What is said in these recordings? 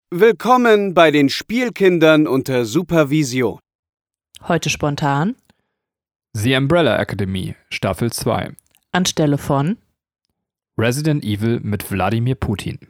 Willkommen bei den Spielkindern unter Supervision. Heute spontan The Umbrella Academy, Staffel 2. anstelle von Resident Evil mit Wladimir Putin.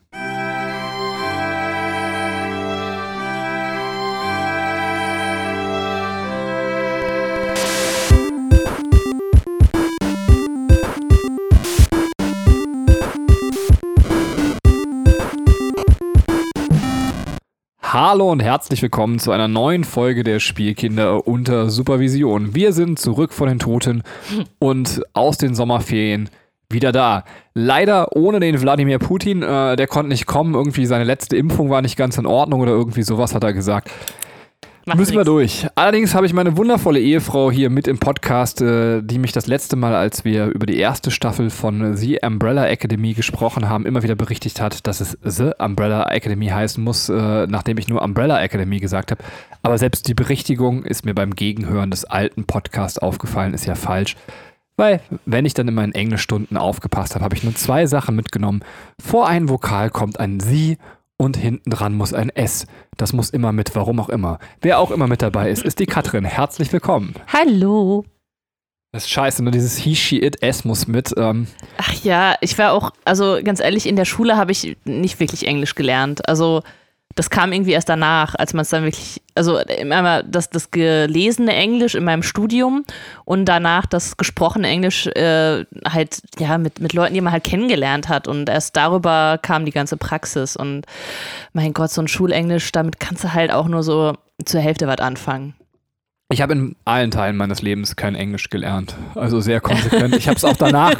Hallo und herzlich willkommen zu einer neuen Folge der Spielkinder unter Supervision. Wir sind zurück von den Toten und aus den Sommerferien wieder da. Leider ohne den Wladimir Putin, der konnte nicht kommen, irgendwie seine letzte Impfung war nicht ganz in Ordnung oder irgendwie sowas hat er gesagt. Müssen wir durch. Allerdings habe ich meine wundervolle Ehefrau hier mit im Podcast, die mich das letzte Mal, als wir über die erste Staffel von The Umbrella Academy gesprochen haben, immer wieder berichtigt hat, dass es The Umbrella Academy heißen muss, nachdem ich nur Umbrella Academy gesagt habe. Aber selbst die Berichtigung ist mir beim Gegenhören des alten Podcasts aufgefallen, ist ja falsch. Weil, wenn ich dann in meinen Englischstunden aufgepasst habe, habe ich nur 2 Sachen mitgenommen. Vor einem Vokal kommt ein Sie und hinten dran muss ein S. Das muss immer mit, warum auch immer. Wer auch immer mit dabei ist, ist die Katrin. Herzlich willkommen. Hallo. Das ist scheiße, nur dieses He, She, It, S muss mit. Ach ja, ich war auch, also ganz ehrlich, in der Schule habe ich nicht wirklich Englisch gelernt. Also das kam irgendwie erst danach, als man es dann wirklich, also immer das gelesene Englisch in meinem Studium und danach das gesprochene Englisch halt, ja, mit Leuten, die man halt kennengelernt hat und erst darüber kam die ganze Praxis und mein Gott, so ein Schulenglisch, damit kannst du halt auch nur so zur Hälfte was anfangen. Ich habe in allen Teilen meines Lebens kein Englisch gelernt. Also sehr konsequent. Ich habe es auch danach.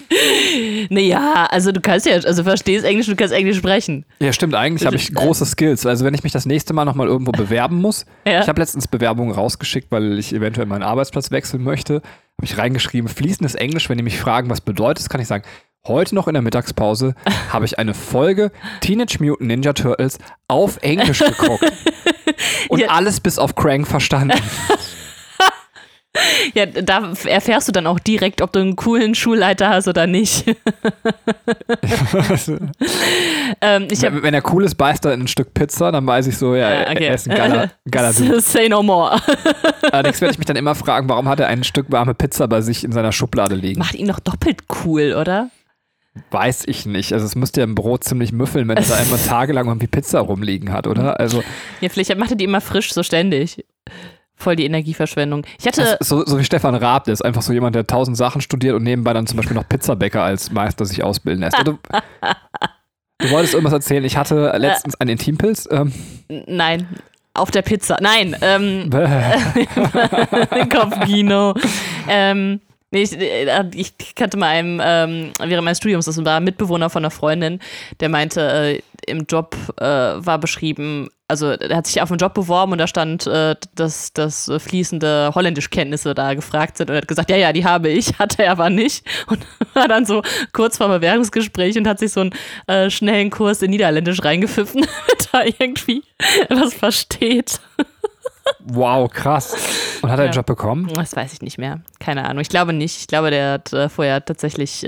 Naja, also du kannst ja, also du verstehst Englisch, du kannst Englisch sprechen. Ja, stimmt. Eigentlich habe ich große Skills. Also wenn ich mich das nächste Mal nochmal irgendwo bewerben muss. Ja. Ich habe letztens Bewerbungen rausgeschickt, weil ich eventuell meinen Arbeitsplatz wechseln möchte. Habe ich reingeschrieben, fließendes Englisch. Wenn die mich fragen, was bedeutet, kann ich sagen, heute noch in der Mittagspause habe ich eine Folge Teenage Mutant Ninja Turtles auf Englisch geguckt. Und ja, alles bis auf Krang verstanden. Ja, da erfährst du dann auch direkt, ob du einen coolen Schulleiter hast oder nicht. Wenn er cool ist, beißt er in ein Stück Pizza, dann weiß ich so, ja, okay. Er ist ein geiler Dude. Say no more. Allerdings werde ich mich dann immer fragen, warum hat er ein Stück warme Pizza bei sich in seiner Schublade liegen? Macht ihn doch doppelt cool, oder? Weiß ich nicht. Also es müsste ja im Brot ziemlich müffeln, wenn er da einmal tagelang irgendwie Pizza rumliegen hat, oder? Also ja, vielleicht macht er die immer frisch, so ständig. Voll die Energieverschwendung. Ich hatte so wie Stefan Raab, der ist einfach so jemand, der 1000 Sachen studiert und nebenbei dann zum Beispiel noch Pizzabäcker als Meister sich ausbilden lässt. Du wolltest irgendwas erzählen. Ich hatte letztens einen Intimpilz. Nein. Auf der Pizza. Nein. Kopfkino. Ich kannte mal einen, während meines Studiums, das war ein Mitbewohner von einer Freundin, der meinte, im Job war beschrieben, also er hat sich auf einen Job beworben und da stand, dass fließende Holländischkenntnisse da gefragt sind und er hat gesagt, ja, die habe ich, hatte er aber nicht und war dann so kurz vor Bewerbungsgespräch und hat sich so einen schnellen Kurs in Niederländisch reingepfiffen, damit er irgendwie was versteht. Wow, krass. Und hat er den Job bekommen? Das weiß ich nicht mehr. Keine Ahnung. Ich glaube nicht. Ich glaube, der hat vorher tatsächlich,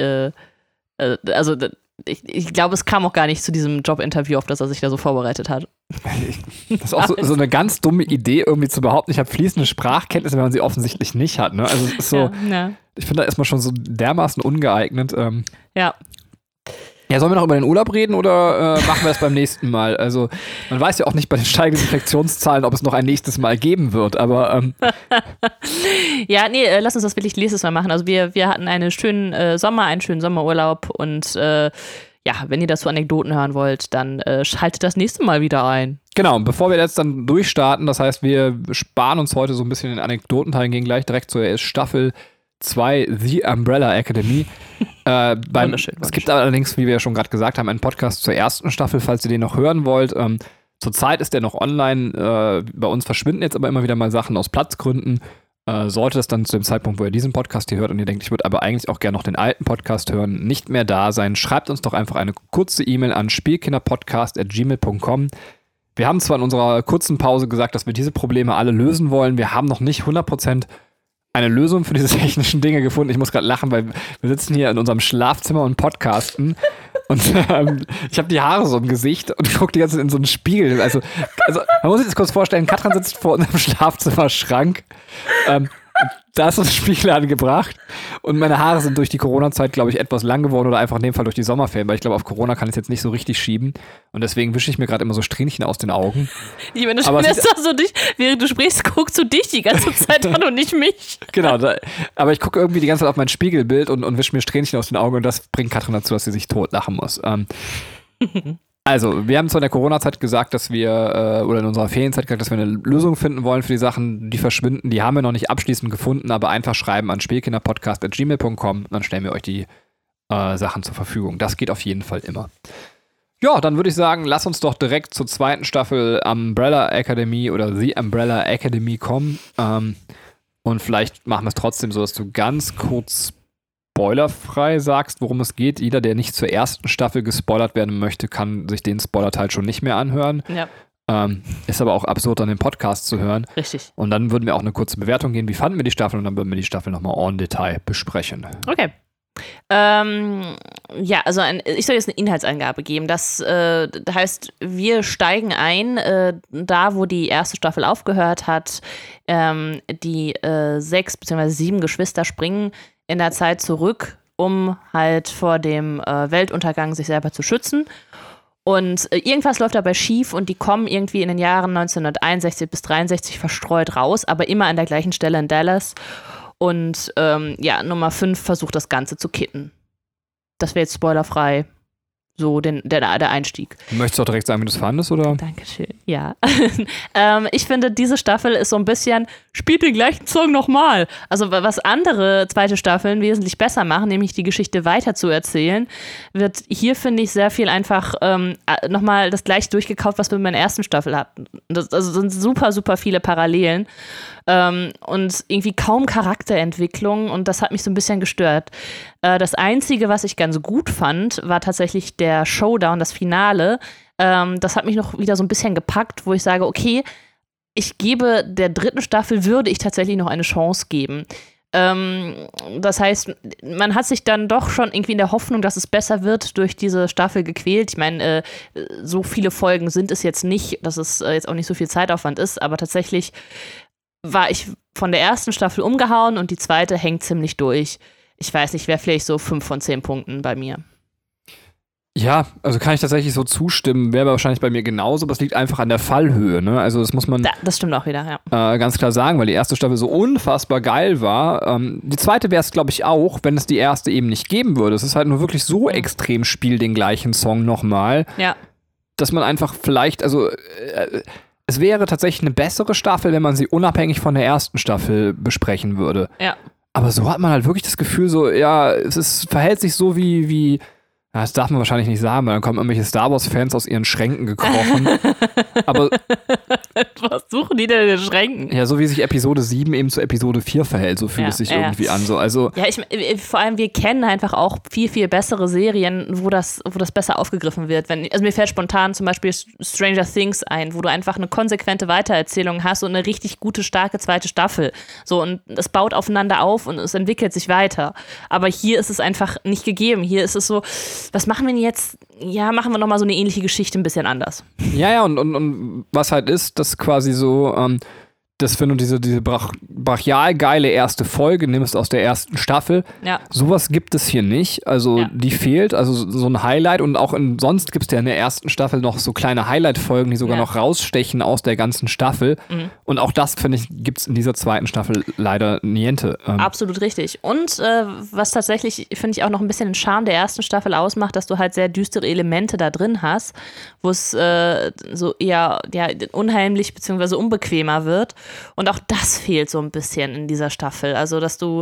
ich glaube, es kam auch gar nicht zu diesem Jobinterview, auf das er sich da so vorbereitet hat. Das ist auch so eine ganz dumme Idee, irgendwie zu behaupten, ich habe fließende Sprachkenntnisse, wenn man sie offensichtlich nicht hat. Ne? Also es ist so, ja. Ich finde da erstmal schon so dermaßen ungeeignet. Ja. Ja, sollen wir noch über den Urlaub reden oder machen wir es beim nächsten Mal? Also man weiß ja auch nicht bei den steigenden Infektionszahlen, ob es noch ein nächstes Mal geben wird, aber ja, nee, lass uns das wirklich nächstes Mal machen. Also wir hatten einen schönen Sommerurlaub und ja, wenn ihr dazu Anekdoten hören wollt, dann schaltet das nächste Mal wieder ein. Genau, bevor wir jetzt dann durchstarten, das heißt, wir sparen uns heute so ein bisschen den Anekdotenteil, gehen gleich direkt zur Staffel 2 The Umbrella Academy. Es gibt allerdings, wie wir ja schon gerade gesagt haben, einen Podcast zur ersten Staffel, falls ihr den noch hören wollt. Zurzeit ist der noch online. Bei uns verschwinden jetzt aber immer wieder mal Sachen aus Platzgründen. Sollte es dann zu dem Zeitpunkt, wo ihr diesen Podcast hier hört und ihr denkt, ich würde aber eigentlich auch gerne noch den alten Podcast hören, nicht mehr da sein, schreibt uns doch einfach eine kurze E-Mail an spielkinderpodcast@gmail.com. Wir haben zwar in unserer kurzen Pause gesagt, dass wir diese Probleme alle lösen wollen. Wir haben noch nicht 100% eine Lösung für diese technischen Dinge gefunden. Ich muss gerade lachen, weil wir sitzen hier in unserem Schlafzimmer und podcasten Und ich habe die Haare so im Gesicht und gucke die ganze Zeit in so einen Spiegel. Also man muss sich das kurz vorstellen, Katrin sitzt vor unserem Schlafzimmerschrank. Da ist so ein Spiegel angebracht und meine Haare sind durch die Corona-Zeit, glaube ich, etwas lang geworden oder einfach in dem Fall durch die Sommerferien, weil ich glaube, auf Corona kann ich es jetzt nicht so richtig schieben und deswegen wische ich mir gerade immer so Strähnchen aus den Augen. Ich meine, während du sprichst, guckst du dich die ganze Zeit an und nicht mich. Genau, aber ich gucke irgendwie die ganze Zeit auf mein Spiegelbild und wische mir Strähnchen aus den Augen und das bringt Katrin dazu, dass sie sich tot lachen muss. Also, wir haben zwar in der Corona-Zeit gesagt, dass wir, oder in unserer Ferienzeit gesagt, dass wir eine Lösung finden wollen für die Sachen, die verschwinden. Die haben wir noch nicht abschließend gefunden, aber einfach schreiben an spielkinderpodcast@gmail.com, dann stellen wir euch die Sachen zur Verfügung. Das geht auf jeden Fall immer. Ja, dann würde ich sagen, lass uns doch direkt zur zweiten Staffel Umbrella Academy oder The Umbrella Academy kommen. Und vielleicht machen wir es trotzdem so, dass du ganz kurz spoilerfrei sagst, worum es geht. Jeder, der nicht zur ersten Staffel gespoilert werden möchte, kann sich den Spoiler-Teil schon nicht mehr anhören. Ja. Ist aber auch absurd, dann den Podcast zu hören. Richtig. Und dann würden wir auch eine kurze Bewertung geben. Wie fanden wir die Staffel? Und dann würden wir die Staffel nochmal en Detail besprechen. Okay. Ja, also ich soll jetzt eine Inhaltsangabe geben. Das heißt, wir steigen ein, da wo die erste Staffel aufgehört hat. Die 6 bzw. 7 Geschwister springen in der Zeit zurück, um halt vor dem Weltuntergang sich selber zu schützen. Und irgendwas läuft dabei schief und die kommen irgendwie in den Jahren 1961 bis 63 verstreut raus, aber immer an der gleichen Stelle in Dallas. Und Nummer 5 versucht das Ganze zu kitten. Das wäre jetzt spoilerfrei. So der Einstieg. Möchtest du auch direkt sagen, wie du es fandest, oder? Dankeschön, ja. Ich finde, diese Staffel ist so ein bisschen, spielt den gleichen Song nochmal. Also was andere zweite Staffeln wesentlich besser machen, nämlich die Geschichte weiter zu erzählen, wird hier, finde ich, sehr viel einfach nochmal das gleiche durchgekauft, was wir in der ersten Staffel hatten. Also sind super, super viele Parallelen. Und irgendwie kaum Charakterentwicklung und das hat mich so ein bisschen gestört. Das Einzige, was ich ganz gut fand, war tatsächlich der Showdown, das Finale. Das hat mich noch wieder so ein bisschen gepackt, wo ich sage, okay, ich gebe der dritten Staffel, würde ich tatsächlich noch eine Chance geben. Das heißt, man hat sich dann doch schon irgendwie in der Hoffnung, dass es besser wird, durch diese Staffel gequält. Ich meine, so viele Folgen sind es jetzt nicht, dass es jetzt auch nicht so viel Zeitaufwand ist, aber tatsächlich war ich von der ersten Staffel umgehauen und die zweite hängt ziemlich durch. Ich weiß nicht, wäre vielleicht so 5 von 10 Punkten bei mir. Ja, also kann ich tatsächlich so zustimmen, wäre wahrscheinlich bei mir genauso, aber es liegt einfach an der Fallhöhe, ne? Also das muss man das stimmt auch wieder, ja. Ganz klar sagen, weil die erste Staffel so unfassbar geil war. Die zweite wäre es, glaube ich, auch, wenn es die erste eben nicht geben würde. Es ist halt nur wirklich so extrem, spielt den gleichen Song nochmal, dass man einfach vielleicht, also es wäre tatsächlich eine bessere Staffel, wenn man sie unabhängig von der ersten Staffel besprechen würde. Ja. Aber so hat man halt wirklich das Gefühl, so, ja, verhält sich so wie ja, das darf man wahrscheinlich nicht sagen, weil dann kommen irgendwelche Star Wars-Fans aus ihren Schränken gekrochen. Aber was suchen die denn in den Schränken? Ja, so wie sich Episode 7 eben zu Episode 4 verhält, so fühlt es sich irgendwie an. So, also ja, vor allem, wir kennen einfach auch viel, viel bessere Serien, wo das besser aufgegriffen wird. Also mir fällt spontan zum Beispiel Stranger Things ein, wo du einfach eine konsequente Weitererzählung hast und eine richtig gute, starke zweite Staffel. So, und es baut aufeinander auf und es entwickelt sich weiter. Aber hier ist es einfach nicht gegeben. Hier ist es so, was machen wir denn jetzt? Ja, machen wir nochmal so eine ähnliche Geschichte ein bisschen anders. Ja, und was halt ist, dass quasi so, dass wenn du diese brachial geile erste Folge nimmst aus der ersten Staffel, sowas gibt es hier nicht. Also die fehlt, also so ein Highlight und auch sonst gibt es ja in der ersten Staffel noch so kleine Highlight-Folgen, die sogar noch rausstechen aus der ganzen Staffel. Mhm. Und auch das, finde ich, gibt es in dieser zweiten Staffel leider niente. Absolut richtig. Und was tatsächlich, finde ich, auch noch ein bisschen den Charme der ersten Staffel ausmacht, dass du halt sehr düstere Elemente da drin hast, wo es so eher unheimlich bzw. unbequemer wird. Und auch das fehlt so ein bisschen in dieser Staffel. Also, dass du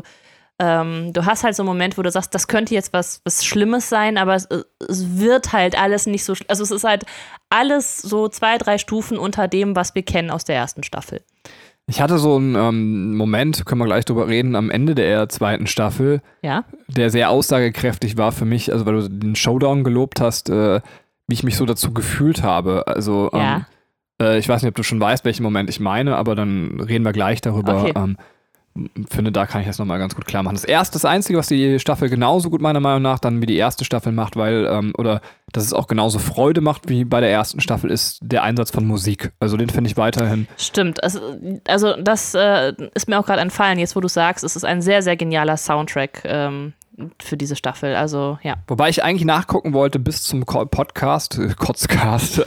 hast halt so einen Moment, wo du sagst, das könnte jetzt was Schlimmes sein, aber es wird halt alles nicht so, also es ist halt alles so 2-3 Stufen unter dem, was wir kennen aus der ersten Staffel. Ich hatte so einen Moment, können wir gleich drüber reden, am Ende der zweiten Staffel, der sehr aussagekräftig war für mich, also weil du den Showdown gelobt hast, wie ich mich so dazu gefühlt habe. Also ich weiß nicht, ob du schon weißt, welchen Moment ich meine, aber dann reden wir gleich darüber. Okay. finde, da kann ich das nochmal ganz gut klar machen. Das Einzige, was die Staffel genauso gut meiner Meinung nach dann wie die erste Staffel macht, oder dass es auch genauso Freude macht wie bei der ersten Staffel, ist der Einsatz von Musik. Also den finde ich weiterhin. Stimmt. Also das ist mir auch gerade entfallen, jetzt wo du sagst, es ist ein sehr, sehr genialer Soundtrack für diese Staffel. Also, ja. Wobei ich eigentlich nachgucken wollte bis zum Podcast, Kotzcast.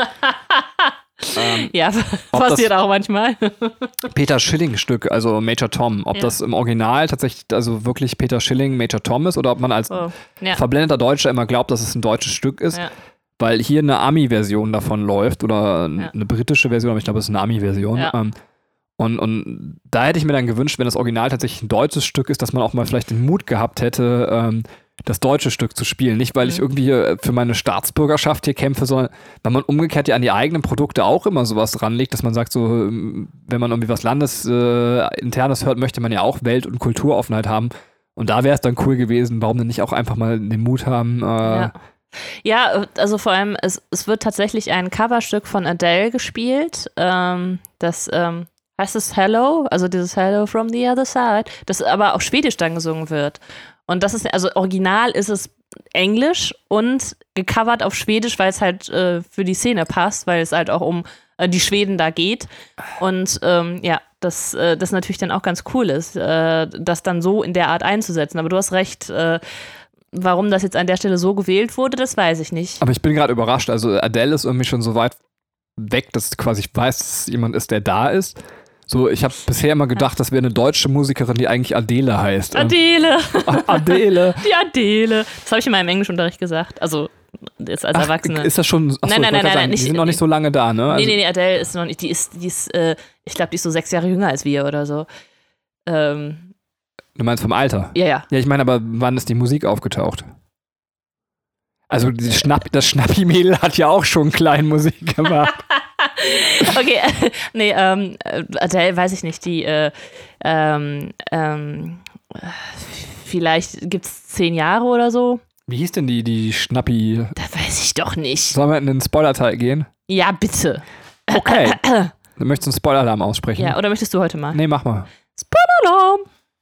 Ja, passiert auch manchmal. Peter Schilling-Stück, also Major Tom, ob das im Original tatsächlich also wirklich Peter Schilling Major Tom ist oder ob man als verblendeter Deutscher immer glaubt, dass es ein deutsches Stück ist. Ja. Weil hier eine Ami-Version davon läuft oder eine britische Version, aber ich glaube, es ist eine Ami-Version. Ja. Und da hätte ich mir dann gewünscht, wenn das Original tatsächlich ein deutsches Stück ist, dass man auch mal vielleicht den Mut gehabt hätte, das deutsche Stück zu spielen. Nicht, weil ich irgendwie für meine Staatsbürgerschaft hier kämpfe, sondern weil man umgekehrt ja an die eigenen Produkte auch immer sowas dranlegt, dass man sagt, so, wenn man irgendwie was Landesinternes hört, möchte man ja auch Welt- und Kulturoffenheit haben. Und da wäre es dann cool gewesen, warum denn nicht auch einfach mal den Mut haben. Ja, also vor allem, es wird tatsächlich ein Coverstück von Adele gespielt. Das heißt es Hello, also dieses Hello from the other side, das aber auf Schwedisch dann gesungen wird. Und das ist, also original ist es Englisch und gecovert auf Schwedisch, weil es halt für die Szene passt, weil es halt auch um die Schweden da geht. Und das natürlich dann auch ganz cool ist, das dann so in der Art einzusetzen. Aber du hast recht, warum das jetzt an der Stelle so gewählt wurde, das weiß ich nicht. Aber ich bin gerade überrascht. Also Adele ist irgendwie schon so weit weg, dass ich quasi weiß, dass es jemand ist, der da ist. So, ich habe bisher immer gedacht, das wäre eine deutsche Musikerin, die eigentlich Adele heißt. Adele. Adele. Die Adele. Das habe ich in meinem Englischunterricht gesagt. Also jetzt als Erwachsene. Ist das schon? Achso, nein. Die sind noch nicht so lange da, ne? Nee, Adele ist noch nicht. Die ist ich glaube, die ist so 6 Jahre jünger als wir oder so. Du meinst vom Alter? Ja. Ja, ich meine, aber wann ist die Musik aufgetaucht? Also das Schnappi-Mädel hat ja auch schon klein Musik gemacht. Okay, nee, Adele weiß ich nicht, die vielleicht gibt's 10 Jahre oder so. Wie hieß denn die Schnappi? Das weiß ich doch nicht. Sollen wir in den Spoiler-Teil gehen? Ja, bitte. Okay. Du möchtest einen Spoiler-Alarm aussprechen? Ja, oder möchtest du heute mal? Nee, mach mal. Spoiler-Alarm!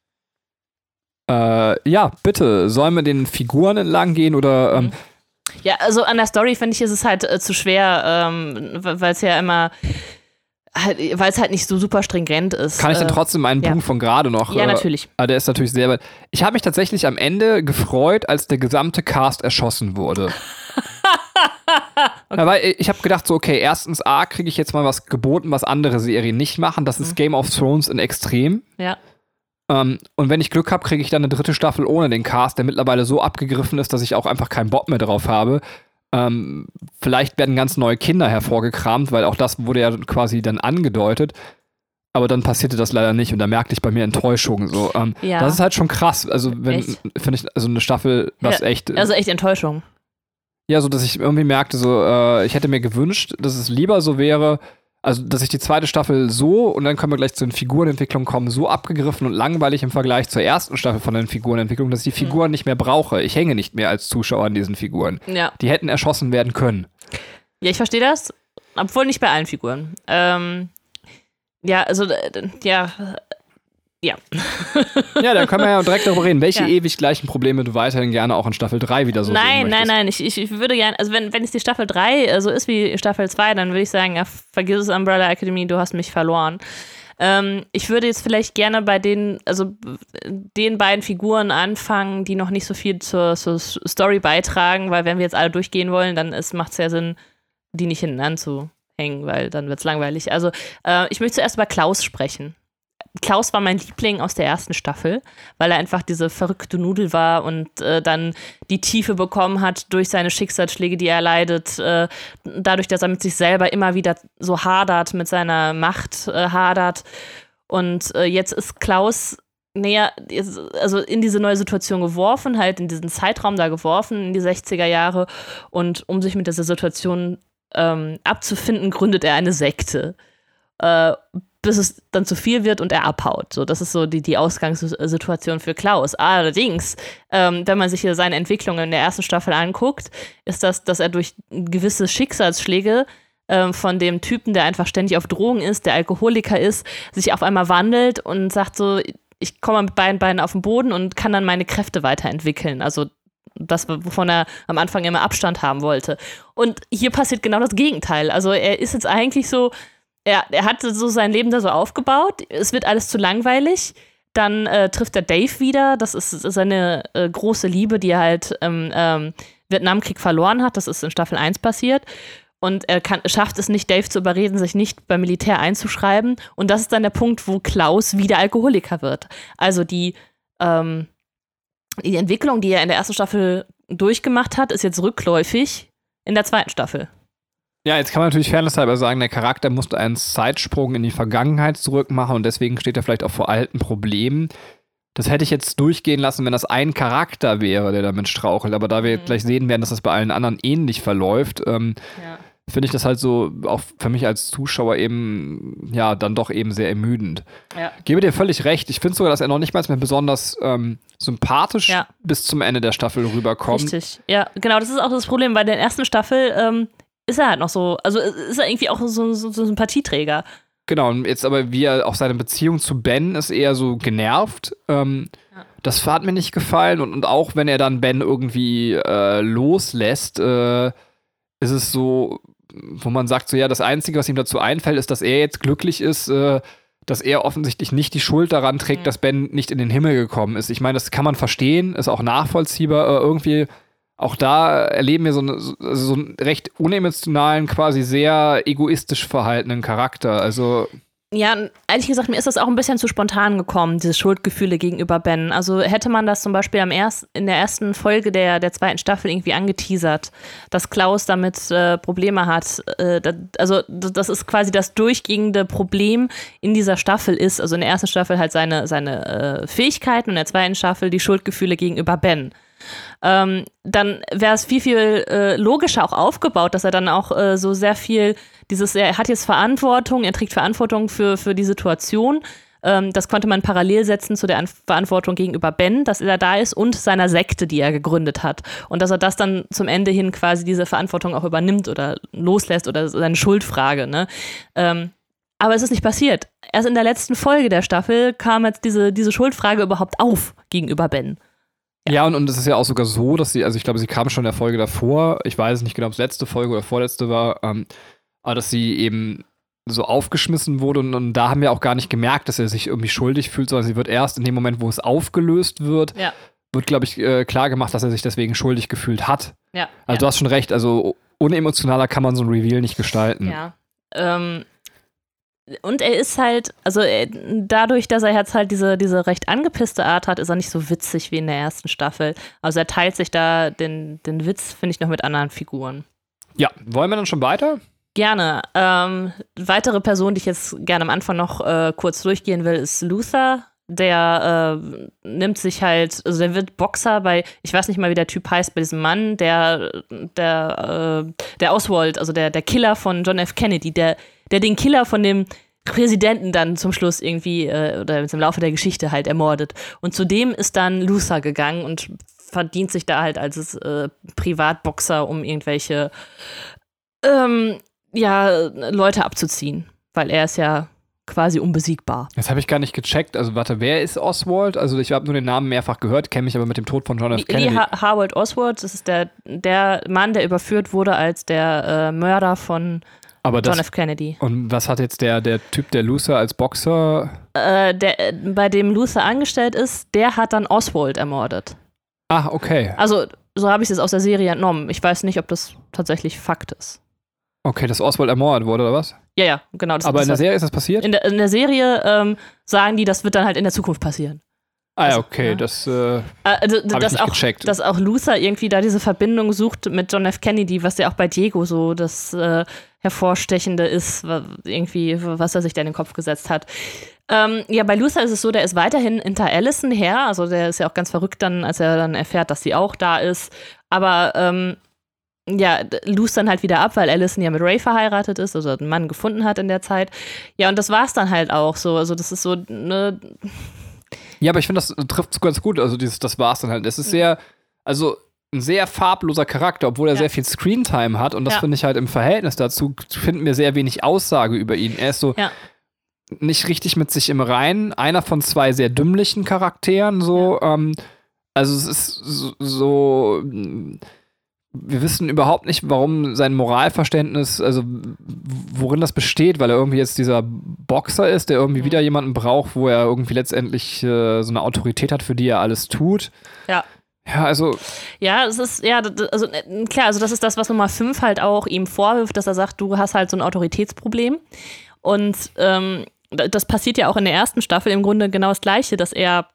Ja, bitte. Sollen wir den Figuren entlang gehen oder Ja, also an der Story finde ich, ist es halt zu schwer, weil es ja immer, weil es halt nicht so super stringent ist. Kann ich denn trotzdem einen Punkt von gerade noch? Ja, natürlich. Der ist natürlich sehr weit. Ich habe mich tatsächlich am Ende gefreut, als der gesamte Cast erschossen wurde. Okay. Ja, weil ich habe gedacht so, okay, erstens kriege ich jetzt mal was geboten, was andere Serien nicht machen. Das ist Game of Thrones in Extrem. Ja. Und wenn ich Glück habe, kriege ich dann eine 3. Staffel ohne den Cast, der mittlerweile so abgegriffen ist, dass ich auch einfach keinen Bock mehr drauf habe. Vielleicht werden ganz neue Kinder hervorgekramt, weil auch das wurde ja quasi dann angedeutet. Aber dann passierte das leider nicht und da merkte ich bei mir Enttäuschung. So. Das ist halt schon krass. Also, finde ich, also eine Staffel, was echt. Also echt Enttäuschung. Ja, so dass ich irgendwie merkte, so, ich hätte mir gewünscht, dass es lieber so wäre. Also, dass ich die 2. Staffel so, und dann können wir gleich zu den Figurenentwicklungen kommen, so abgegriffen und langweilig im Vergleich zur 1. Staffel von den Figurenentwicklungen, dass ich die Figuren nicht mehr brauche. Ich hänge nicht mehr als Zuschauer an diesen Figuren. Ja. Die hätten erschossen werden können. Ja, ich verstehe das, obwohl nicht bei allen Figuren. Ja. Ja, dann können wir ja direkt darüber reden. Welche ewig gleichen Probleme du weiterhin gerne auch in Staffel 3 wieder so sehen möchtest? Nein. Ich würde gerne, also wenn es die Staffel 3 so ist wie Staffel 2, dann würde ich sagen, ja, vergiss es, Umbrella Academy, du hast mich verloren. Ich würde jetzt vielleicht gerne bei den beiden Figuren anfangen, die noch nicht so viel zur Story beitragen, weil wenn wir jetzt alle durchgehen wollen, dann macht es ja Sinn, die nicht hinten anzuhängen, weil dann wird es langweilig. Also ich möchte zuerst über Klaus sprechen. Klaus war mein Liebling aus der 1. Staffel, weil er einfach diese verrückte Nudel war und dann die Tiefe bekommen hat durch seine Schicksalsschläge, die er leidet, dadurch, dass er mit sich selber immer wieder so hadert, mit seiner Macht hadert. Und jetzt ist Klaus also in diese neue Situation geworfen, halt in diesen Zeitraum da geworfen, in die 60er Jahre. Und um sich mit dieser Situation abzufinden, gründet er eine Sekte. Bis es dann zu viel wird und er abhaut. So, das ist so die Ausgangssituation für Klaus. Allerdings, wenn man sich hier seine Entwicklung in der 1. Staffel anguckt, ist das, dass er durch gewisse Schicksalsschläge von dem Typen, der einfach ständig auf Drogen ist, der Alkoholiker ist, sich auf einmal wandelt und sagt so, ich komme mit beiden Beinen auf den Boden und kann dann meine Kräfte weiterentwickeln. Also das, wovon er am Anfang immer Abstand haben wollte. Und hier passiert genau das Gegenteil. Also er ist jetzt eigentlich so, er hat so sein Leben da so aufgebaut, es wird alles zu langweilig. Dann trifft er Dave wieder, das ist seine große Liebe, die er halt im Vietnamkrieg verloren hat, das ist in Staffel 1 passiert. Und er schafft es nicht, Dave zu überreden, sich nicht beim Militär einzuschreiben. Und das ist dann der Punkt, wo Klaus wieder Alkoholiker wird. Also die Entwicklung, die er in der ersten Staffel durchgemacht hat, ist jetzt rückläufig in der zweiten Staffel. Ja, jetzt kann man natürlich fairnesshalber sagen, der Charakter musste einen Zeitsprung in die Vergangenheit zurück machen und deswegen steht er vielleicht auch vor alten Problemen. Das hätte ich jetzt durchgehen lassen, wenn das ein Charakter wäre, der damit strauchelt. Aber da wir gleich sehen werden, dass das bei allen anderen ähnlich verläuft, finde ich das halt so auch für mich als Zuschauer eben, ja, dann doch eben sehr ermüdend. Ja. Gebe dir völlig recht. Ich finde sogar, dass er noch nicht mal mehr besonders sympathisch bis zum Ende der Staffel rüberkommt. Richtig, ja, genau, das ist auch das Problem. Bei der ersten Staffel ist er halt noch so, also ist er irgendwie auch so ein Sympathieträger. Genau, und jetzt aber wie er auch seine Beziehung zu Ben ist eher so genervt. Das hat mir nicht gefallen und auch wenn er dann Ben irgendwie loslässt, ist es so, wo man sagt, so ja, das Einzige, was ihm dazu einfällt, ist, dass er jetzt glücklich ist, dass er offensichtlich nicht die Schuld daran trägt, dass Ben nicht in den Himmel gekommen ist. Ich meine, das kann man verstehen, ist auch nachvollziehbar, irgendwie auch da erleben wir so einen recht unemotionalen, quasi sehr egoistisch verhaltenen Charakter. Also ja, ehrlich gesagt, mir ist das auch ein bisschen zu spontan gekommen, diese Schuldgefühle gegenüber Ben. Also hätte man das zum Beispiel in der ersten Folge der zweiten Staffel irgendwie angeteasert, dass Klaus damit Probleme hat. Das ist quasi das durchgehende Problem in dieser Staffel ist. Also in der ersten Staffel halt seine Fähigkeiten und in der zweiten Staffel die Schuldgefühle gegenüber Ben. Dann wäre es viel, viel logischer auch aufgebaut, dass er dann auch so sehr viel er hat jetzt Verantwortung, er trägt Verantwortung für die Situation. Das konnte man parallel setzen zu der Verantwortung gegenüber Ben, dass er da ist und seiner Sekte, die er gegründet hat. Und dass er das dann zum Ende hin quasi diese Verantwortung auch übernimmt oder loslässt oder seine Schuldfrage, ne? Aber es ist nicht passiert. Erst in der letzten Folge der Staffel kam jetzt diese Schuldfrage überhaupt auf gegenüber Ben. Ja, und es ist ja auch sogar so, dass ich glaube, sie kam schon in der Folge davor, ich weiß nicht genau, ob es letzte Folge oder vorletzte war, aber dass sie eben so aufgeschmissen wurde und da haben wir auch gar nicht gemerkt, dass er sich irgendwie schuldig fühlt, sondern sie wird erst in dem Moment, wo es aufgelöst wird, wird, glaube ich, klar gemacht, dass er sich deswegen schuldig gefühlt hat. Ja. Also du hast schon recht, also unemotionaler kann man so ein Reveal nicht gestalten. Ja, und er ist halt, also dadurch, dass er jetzt halt diese recht angepisste Art hat, ist er nicht so witzig wie in der ersten Staffel. Also er teilt sich da den Witz, finde ich, noch mit anderen Figuren. Ja, wollen wir dann schon weiter? Gerne. Weitere Person, die ich jetzt gerne am Anfang noch kurz durchgehen will, ist Luther. Der nimmt sich halt, also der wird Boxer ich weiß nicht mal, wie der Typ heißt, bei diesem Mann, der Oswald, also der Killer von John F. Kennedy, der den Killer von dem Präsidenten dann zum Schluss irgendwie, oder im Laufe der Geschichte halt ermordet. Und zu dem ist dann Luther gegangen und verdient sich da halt als Privatboxer, um irgendwelche Leute abzuziehen. Weil er ist ja quasi unbesiegbar. Das habe ich gar nicht gecheckt. Also warte, wer ist Oswald? Also ich habe nur den Namen mehrfach gehört, kenne mich aber mit dem Tod von John F. Kennedy. Lee Harvard Oswald, das ist der Mann, der überführt wurde als der Mörder von John F. Kennedy. Und was hat jetzt der Typ, der Luther als Boxer? Bei dem Luther angestellt ist, der hat dann Oswald ermordet. Ah, okay. Also so habe ich es aus der Serie entnommen. Ich weiß nicht, ob das tatsächlich Fakt ist. Okay, dass Oswald ermordet wurde, oder was? Ja, genau. Aber in der Serie ist das passiert? In der Serie sagen die, das wird dann halt in der Zukunft passieren. Ah ja, okay, ja. Das habe ich nicht gecheckt. Dass auch Luther irgendwie da diese Verbindung sucht mit John F. Kennedy, was ja auch bei Diego so das Hervorstechende ist, irgendwie, was er sich da in den Kopf gesetzt hat. Bei Luther ist es so, der ist weiterhin hinter Allison her, also der ist ja auch ganz verrückt dann, als er dann erfährt, dass sie auch da ist. Aber löst dann halt wieder ab, weil Allison ja mit Ray verheiratet ist, also einen Mann gefunden hat in der Zeit. Ja, und das war's dann halt auch so. Also das ist so, ne. Ja, aber ich finde, das trifft es ganz gut. Also das war's dann halt. Es ist ein sehr farbloser Charakter, obwohl er sehr viel Screentime hat. Und das finde ich halt im Verhältnis dazu, finden wir sehr wenig Aussage über ihn. Er ist so, nicht richtig mit sich im Reinen. Einer von 2 sehr dümmlichen Charakteren, so. Also es ist so, wir wissen überhaupt nicht, warum sein Moralverständnis, also worin das besteht, weil er irgendwie jetzt dieser Boxer ist, der irgendwie wieder jemanden braucht, wo er irgendwie letztendlich so eine Autorität hat, für die er alles tut. Ja. Ja, also. Ja, es ist, also klar, also das ist das, was Nummer 5 halt auch ihm vorwirft, dass er sagt, du hast halt so ein Autoritätsproblem. Und das passiert ja auch in der ersten Staffel im Grunde genau das Gleiche, dass er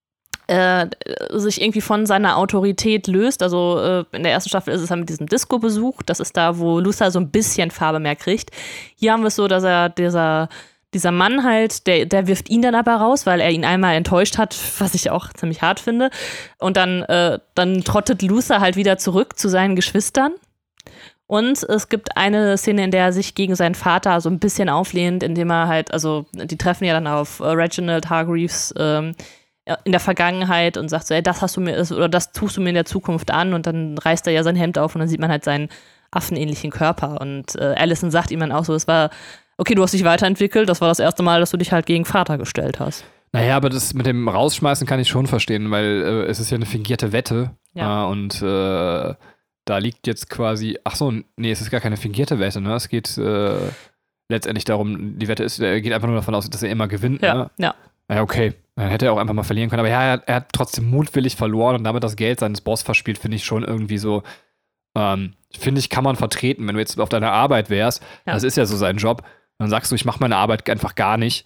sich irgendwie von seiner Autorität löst. Also in der ersten Staffel ist es halt mit diesem Disco-Besuch. Das ist da, wo Luther so ein bisschen Farbe mehr kriegt. Hier haben wir es so, dass er dieser Mann halt, der wirft ihn dann aber raus, weil er ihn einmal enttäuscht hat, was ich auch ziemlich hart finde. Und dann trottet Luther halt wieder zurück zu seinen Geschwistern. Und es gibt eine Szene, in der er sich gegen seinen Vater so ein bisschen auflehnt, indem er halt, also die treffen ja dann auf Reginald Hargreaves in der Vergangenheit und sagt so, ey, das tust du mir in der Zukunft an, und dann reißt er ja sein Hemd auf und dann sieht man halt seinen affenähnlichen Körper, und Allison sagt ihm dann auch so, es war, okay, du hast dich weiterentwickelt, das war das erste Mal, dass du dich halt gegen Vater gestellt hast. Naja, aber das mit dem Rausschmeißen kann ich schon verstehen, weil es ist ja eine fingierte Wette, und da liegt jetzt quasi, es ist gar keine fingierte Wette, ne? Es geht letztendlich darum, die Wette geht einfach nur davon aus, dass er immer gewinnt, ne? Ja. Ja, okay. Dann hätte er auch einfach mal verlieren können. Aber ja, er hat trotzdem mutwillig verloren und damit das Geld seines Boss verspielt, finde ich schon irgendwie so, finde ich, kann man vertreten. Wenn du jetzt auf deiner Arbeit wärst, das ist ja so sein Job, dann sagst du, ich mache meine Arbeit einfach gar nicht.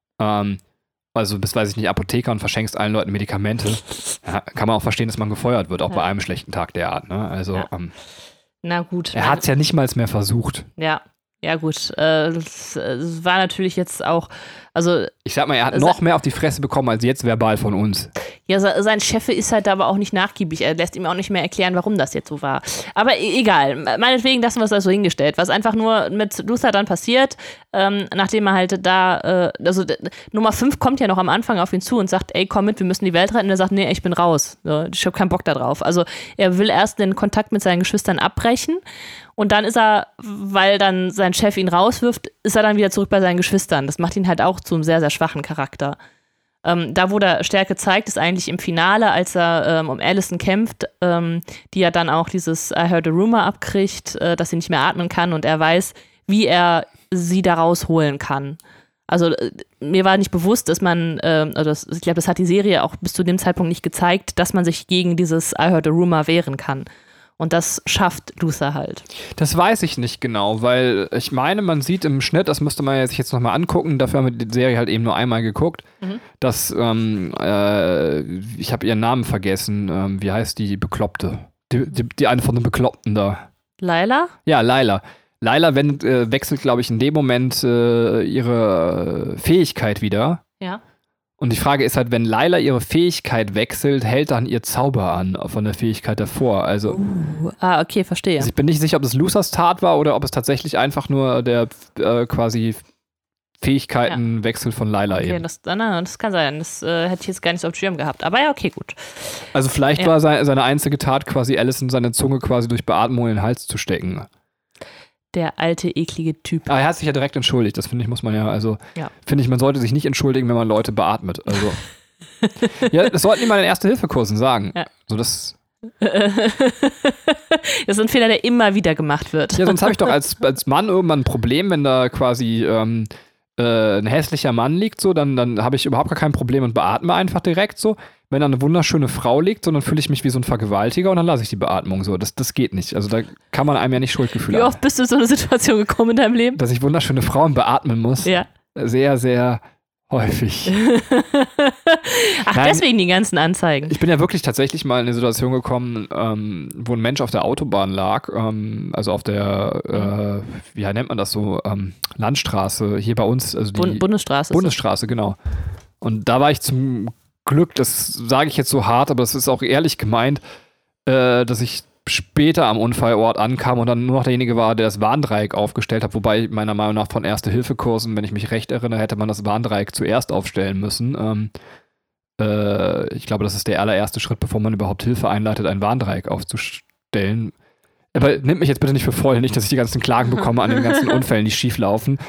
Also bist, weiß ich nicht, Apotheker und verschenkst allen Leuten Medikamente. Ja, kann man auch verstehen, dass man gefeuert wird, auch bei einem schlechten Tag der Art. Ne? Also, na gut. Er hat es ja nicht mal mehr versucht. Ja, gut. Es war natürlich jetzt auch, also. Ich sag mal, er hat noch mehr auf die Fresse bekommen als jetzt verbal von uns. Ja, sein Chef ist halt aber auch nicht nachgiebig. Er lässt ihm auch nicht mehr erklären, warum das jetzt so war. Aber egal. Meinetwegen lassen wir es also hingestellt. Was einfach nur mit Luther dann passiert, nachdem er halt also Nummer 5 kommt ja noch am Anfang auf ihn zu und sagt, ey, komm mit, wir müssen die Welt retten. Und er sagt, nee, ich bin raus. Ich habe keinen Bock da drauf. Also er will erst den Kontakt mit seinen Geschwistern abbrechen. Und dann ist er, weil dann sein Chef ihn rauswirft, ist er dann wieder zurück bei seinen Geschwistern. Das macht ihn halt auch zu einem sehr, sehr schwachen Charakter. Da, wo der Stärke zeigt, ist eigentlich im Finale, als er um Allison kämpft, die ja dann auch dieses I heard a rumor abkriegt, dass sie nicht mehr atmen kann, und er weiß, wie er sie da rausholen kann. Also mir war nicht bewusst, dass man, ich glaube, das hat die Serie auch bis zu dem Zeitpunkt nicht gezeigt, dass man sich gegen dieses I heard a rumor wehren kann. Und das schafft Luther halt. Das weiß ich nicht genau, weil ich meine, man sieht im Schnitt, das müsste man sich jetzt nochmal angucken, dafür haben wir die Serie halt eben nur einmal geguckt, dass, ich habe ihren Namen vergessen, wie heißt die Bekloppte? Die eine von den Bekloppten da. Laila? Ja, Laila. Laila wechselt, glaube ich, in dem Moment ihre Fähigkeit wieder. Ja. Und die Frage ist halt, wenn Laila ihre Fähigkeit wechselt, hält dann ihr Zauber an von der Fähigkeit davor. Also, okay, verstehe. Also ich bin nicht sicher, ob das Luthers Tat war oder ob es tatsächlich einfach nur der quasi Fähigkeitenwechsel von Laila eben. Das kann sein. Das hätte ich jetzt gar nicht so auf dem Schirm gehabt. Aber ja, okay, gut. Also vielleicht war seine einzige Tat quasi, Allison seine Zunge quasi durch Beatmung in den Hals zu stecken. Der alte, eklige Typ. Aber er hat sich ja direkt entschuldigt. Das finde ich, muss man finde ich, man sollte sich nicht entschuldigen, wenn man Leute beatmet. Also, ja, das sollten die mal in Erste-Hilfe-Kursen sagen. Ja. So, das ist ein Fehler, der immer wieder gemacht wird. Ja, sonst habe ich doch als Mann irgendwann ein Problem, wenn da quasi ein hässlicher Mann liegt, so, dann habe ich überhaupt gar kein Problem und beatme einfach direkt so. Wenn da eine wunderschöne Frau liegt, so, dann fühle ich mich wie so ein Vergewaltiger und dann lasse ich die Beatmung so. Das geht nicht. Also da kann man einem ja nicht Schuldgefühle haben. Wie oft bist du in so eine Situation gekommen in deinem Leben? Dass ich wunderschöne Frauen beatmen muss? Ja. Sehr, sehr häufig. Ach, nein, deswegen die ganzen Anzeigen. Ich bin ja wirklich tatsächlich mal in eine Situation gekommen, wo ein Mensch auf der Autobahn lag, also auf der, wie nennt man das so, Landstraße, hier bei uns. Also die Bundesstraße. Bundesstraße, genau. Und da war ich zum Glück, das sage ich jetzt so hart, aber das ist auch ehrlich gemeint, dass ich später am Unfallort ankam und dann nur noch derjenige war, der das Warndreieck aufgestellt hat, wobei meiner Meinung nach von Erste-Hilfe-Kursen, wenn ich mich recht erinnere, hätte man das Warndreieck zuerst aufstellen müssen. Ich glaube, das ist der allererste Schritt, bevor man überhaupt Hilfe einleitet, ein Warndreieck aufzustellen. Aber nimmt mich jetzt bitte nicht für voll, nicht, dass ich die ganzen Klagen bekomme an den ganzen Unfällen, die schief laufen.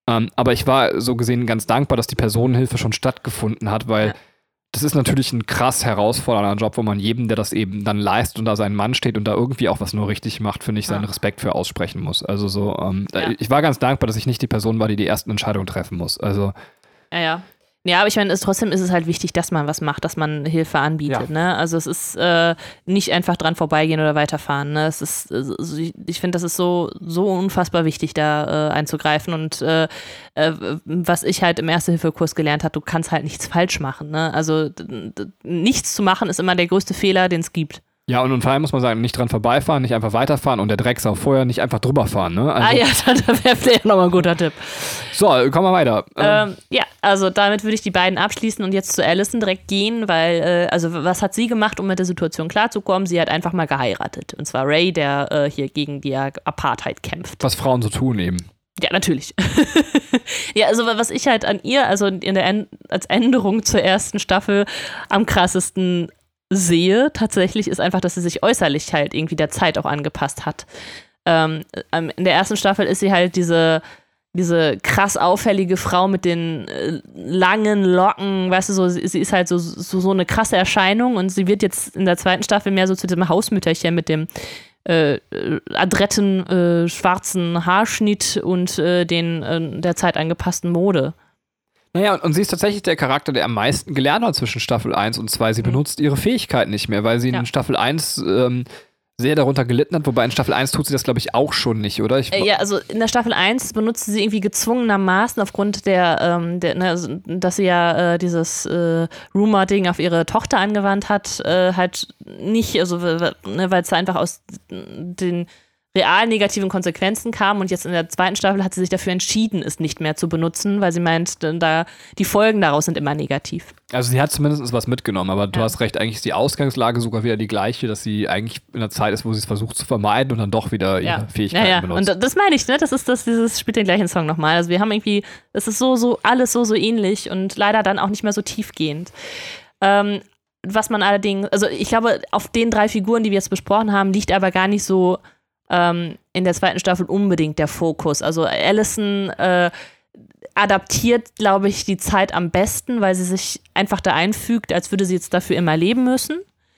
Aber ich war so gesehen ganz dankbar, dass die Personenhilfe schon stattgefunden hat, weil das ist natürlich ein krass herausfordernder Job, wo man jedem, der das eben dann leistet und da sein Mann steht und da irgendwie auch was nur richtig macht, finde ich, seinen Respekt für aussprechen muss. Also so, ich war ganz dankbar, dass ich nicht die Person war, die die ersten Entscheidungen treffen muss. Also Ja, aber ich meine, trotzdem ist es halt wichtig, dass man was macht, dass man Hilfe anbietet. Ne? Also es ist nicht einfach dran vorbeigehen oder weiterfahren. Ne? Es ist, ich finde, das ist so unfassbar wichtig, da einzugreifen. Und was ich halt im Erste-Hilfe-Kurs gelernt habe, du kannst halt nichts falsch machen. Ne? Also nichts zu machen ist immer der größte Fehler, den es gibt. Ja, und vor allem muss man sagen, nicht dran vorbeifahren, nicht einfach weiterfahren und der Drecksau vorher nicht einfach drüber fahren. Ne? Also, das wäre vielleicht nochmal ein guter Tipp. So, kommen wir weiter. Also damit würde ich die beiden abschließen und jetzt zu Allison direkt gehen, weil, was hat sie gemacht, um mit der Situation klarzukommen? Sie hat einfach mal geheiratet. Und zwar Ray, der hier gegen die Apartheid kämpft. Was Frauen so tun eben. Ja, natürlich. Ja, also was ich halt an ihr, also als Änderung zur ersten Staffel am krassesten sehe, tatsächlich, ist einfach, dass sie sich äußerlich halt irgendwie der Zeit auch angepasst hat. In der ersten Staffel ist sie halt diese krass auffällige Frau mit den langen Locken, weißt du, so, sie ist halt so eine krasse Erscheinung und sie wird jetzt in der zweiten Staffel mehr so zu diesem Hausmütterchen mit dem adretten schwarzen Haarschnitt und den der Zeit angepassten Mode. Naja, und sie ist tatsächlich der Charakter, der am meisten gelernt hat zwischen Staffel 1 und 2. Sie benutzt ihre Fähigkeiten nicht mehr, weil sie in Staffel 1 sehr darunter gelitten hat, wobei in Staffel 1 tut sie das, glaube ich, auch schon nicht, oder? Ja, also in der Staffel 1 benutzt sie irgendwie gezwungenermaßen aufgrund dass sie ja dieses Rumor-Ding auf ihre Tochter angewandt hat, halt nicht, also weil es einfach aus den real negativen Konsequenzen kam und jetzt in der zweiten Staffel hat sie sich dafür entschieden, es nicht mehr zu benutzen, weil sie meint, die Folgen daraus sind immer negativ. Also sie hat zumindest was mitgenommen, aber du hast recht, eigentlich ist die Ausgangslage sogar wieder die gleiche, dass sie eigentlich in einer Zeit ist, wo sie es versucht zu vermeiden und dann doch wieder ihre Fähigkeiten benutzt. Und das meine ich, ne? Dieses spielt den gleichen Song nochmal. Also wir haben irgendwie, es ist alles so ähnlich und leider dann auch nicht mehr so tiefgehend. Was man allerdings, also ich glaube, auf den 3 Figuren, die wir jetzt besprochen haben, liegt aber gar nicht so in der zweiten Staffel unbedingt der Fokus. Also Allison adaptiert, glaube ich, die Zeit am besten, weil sie sich einfach da einfügt, als würde sie jetzt dafür immer leben müssen.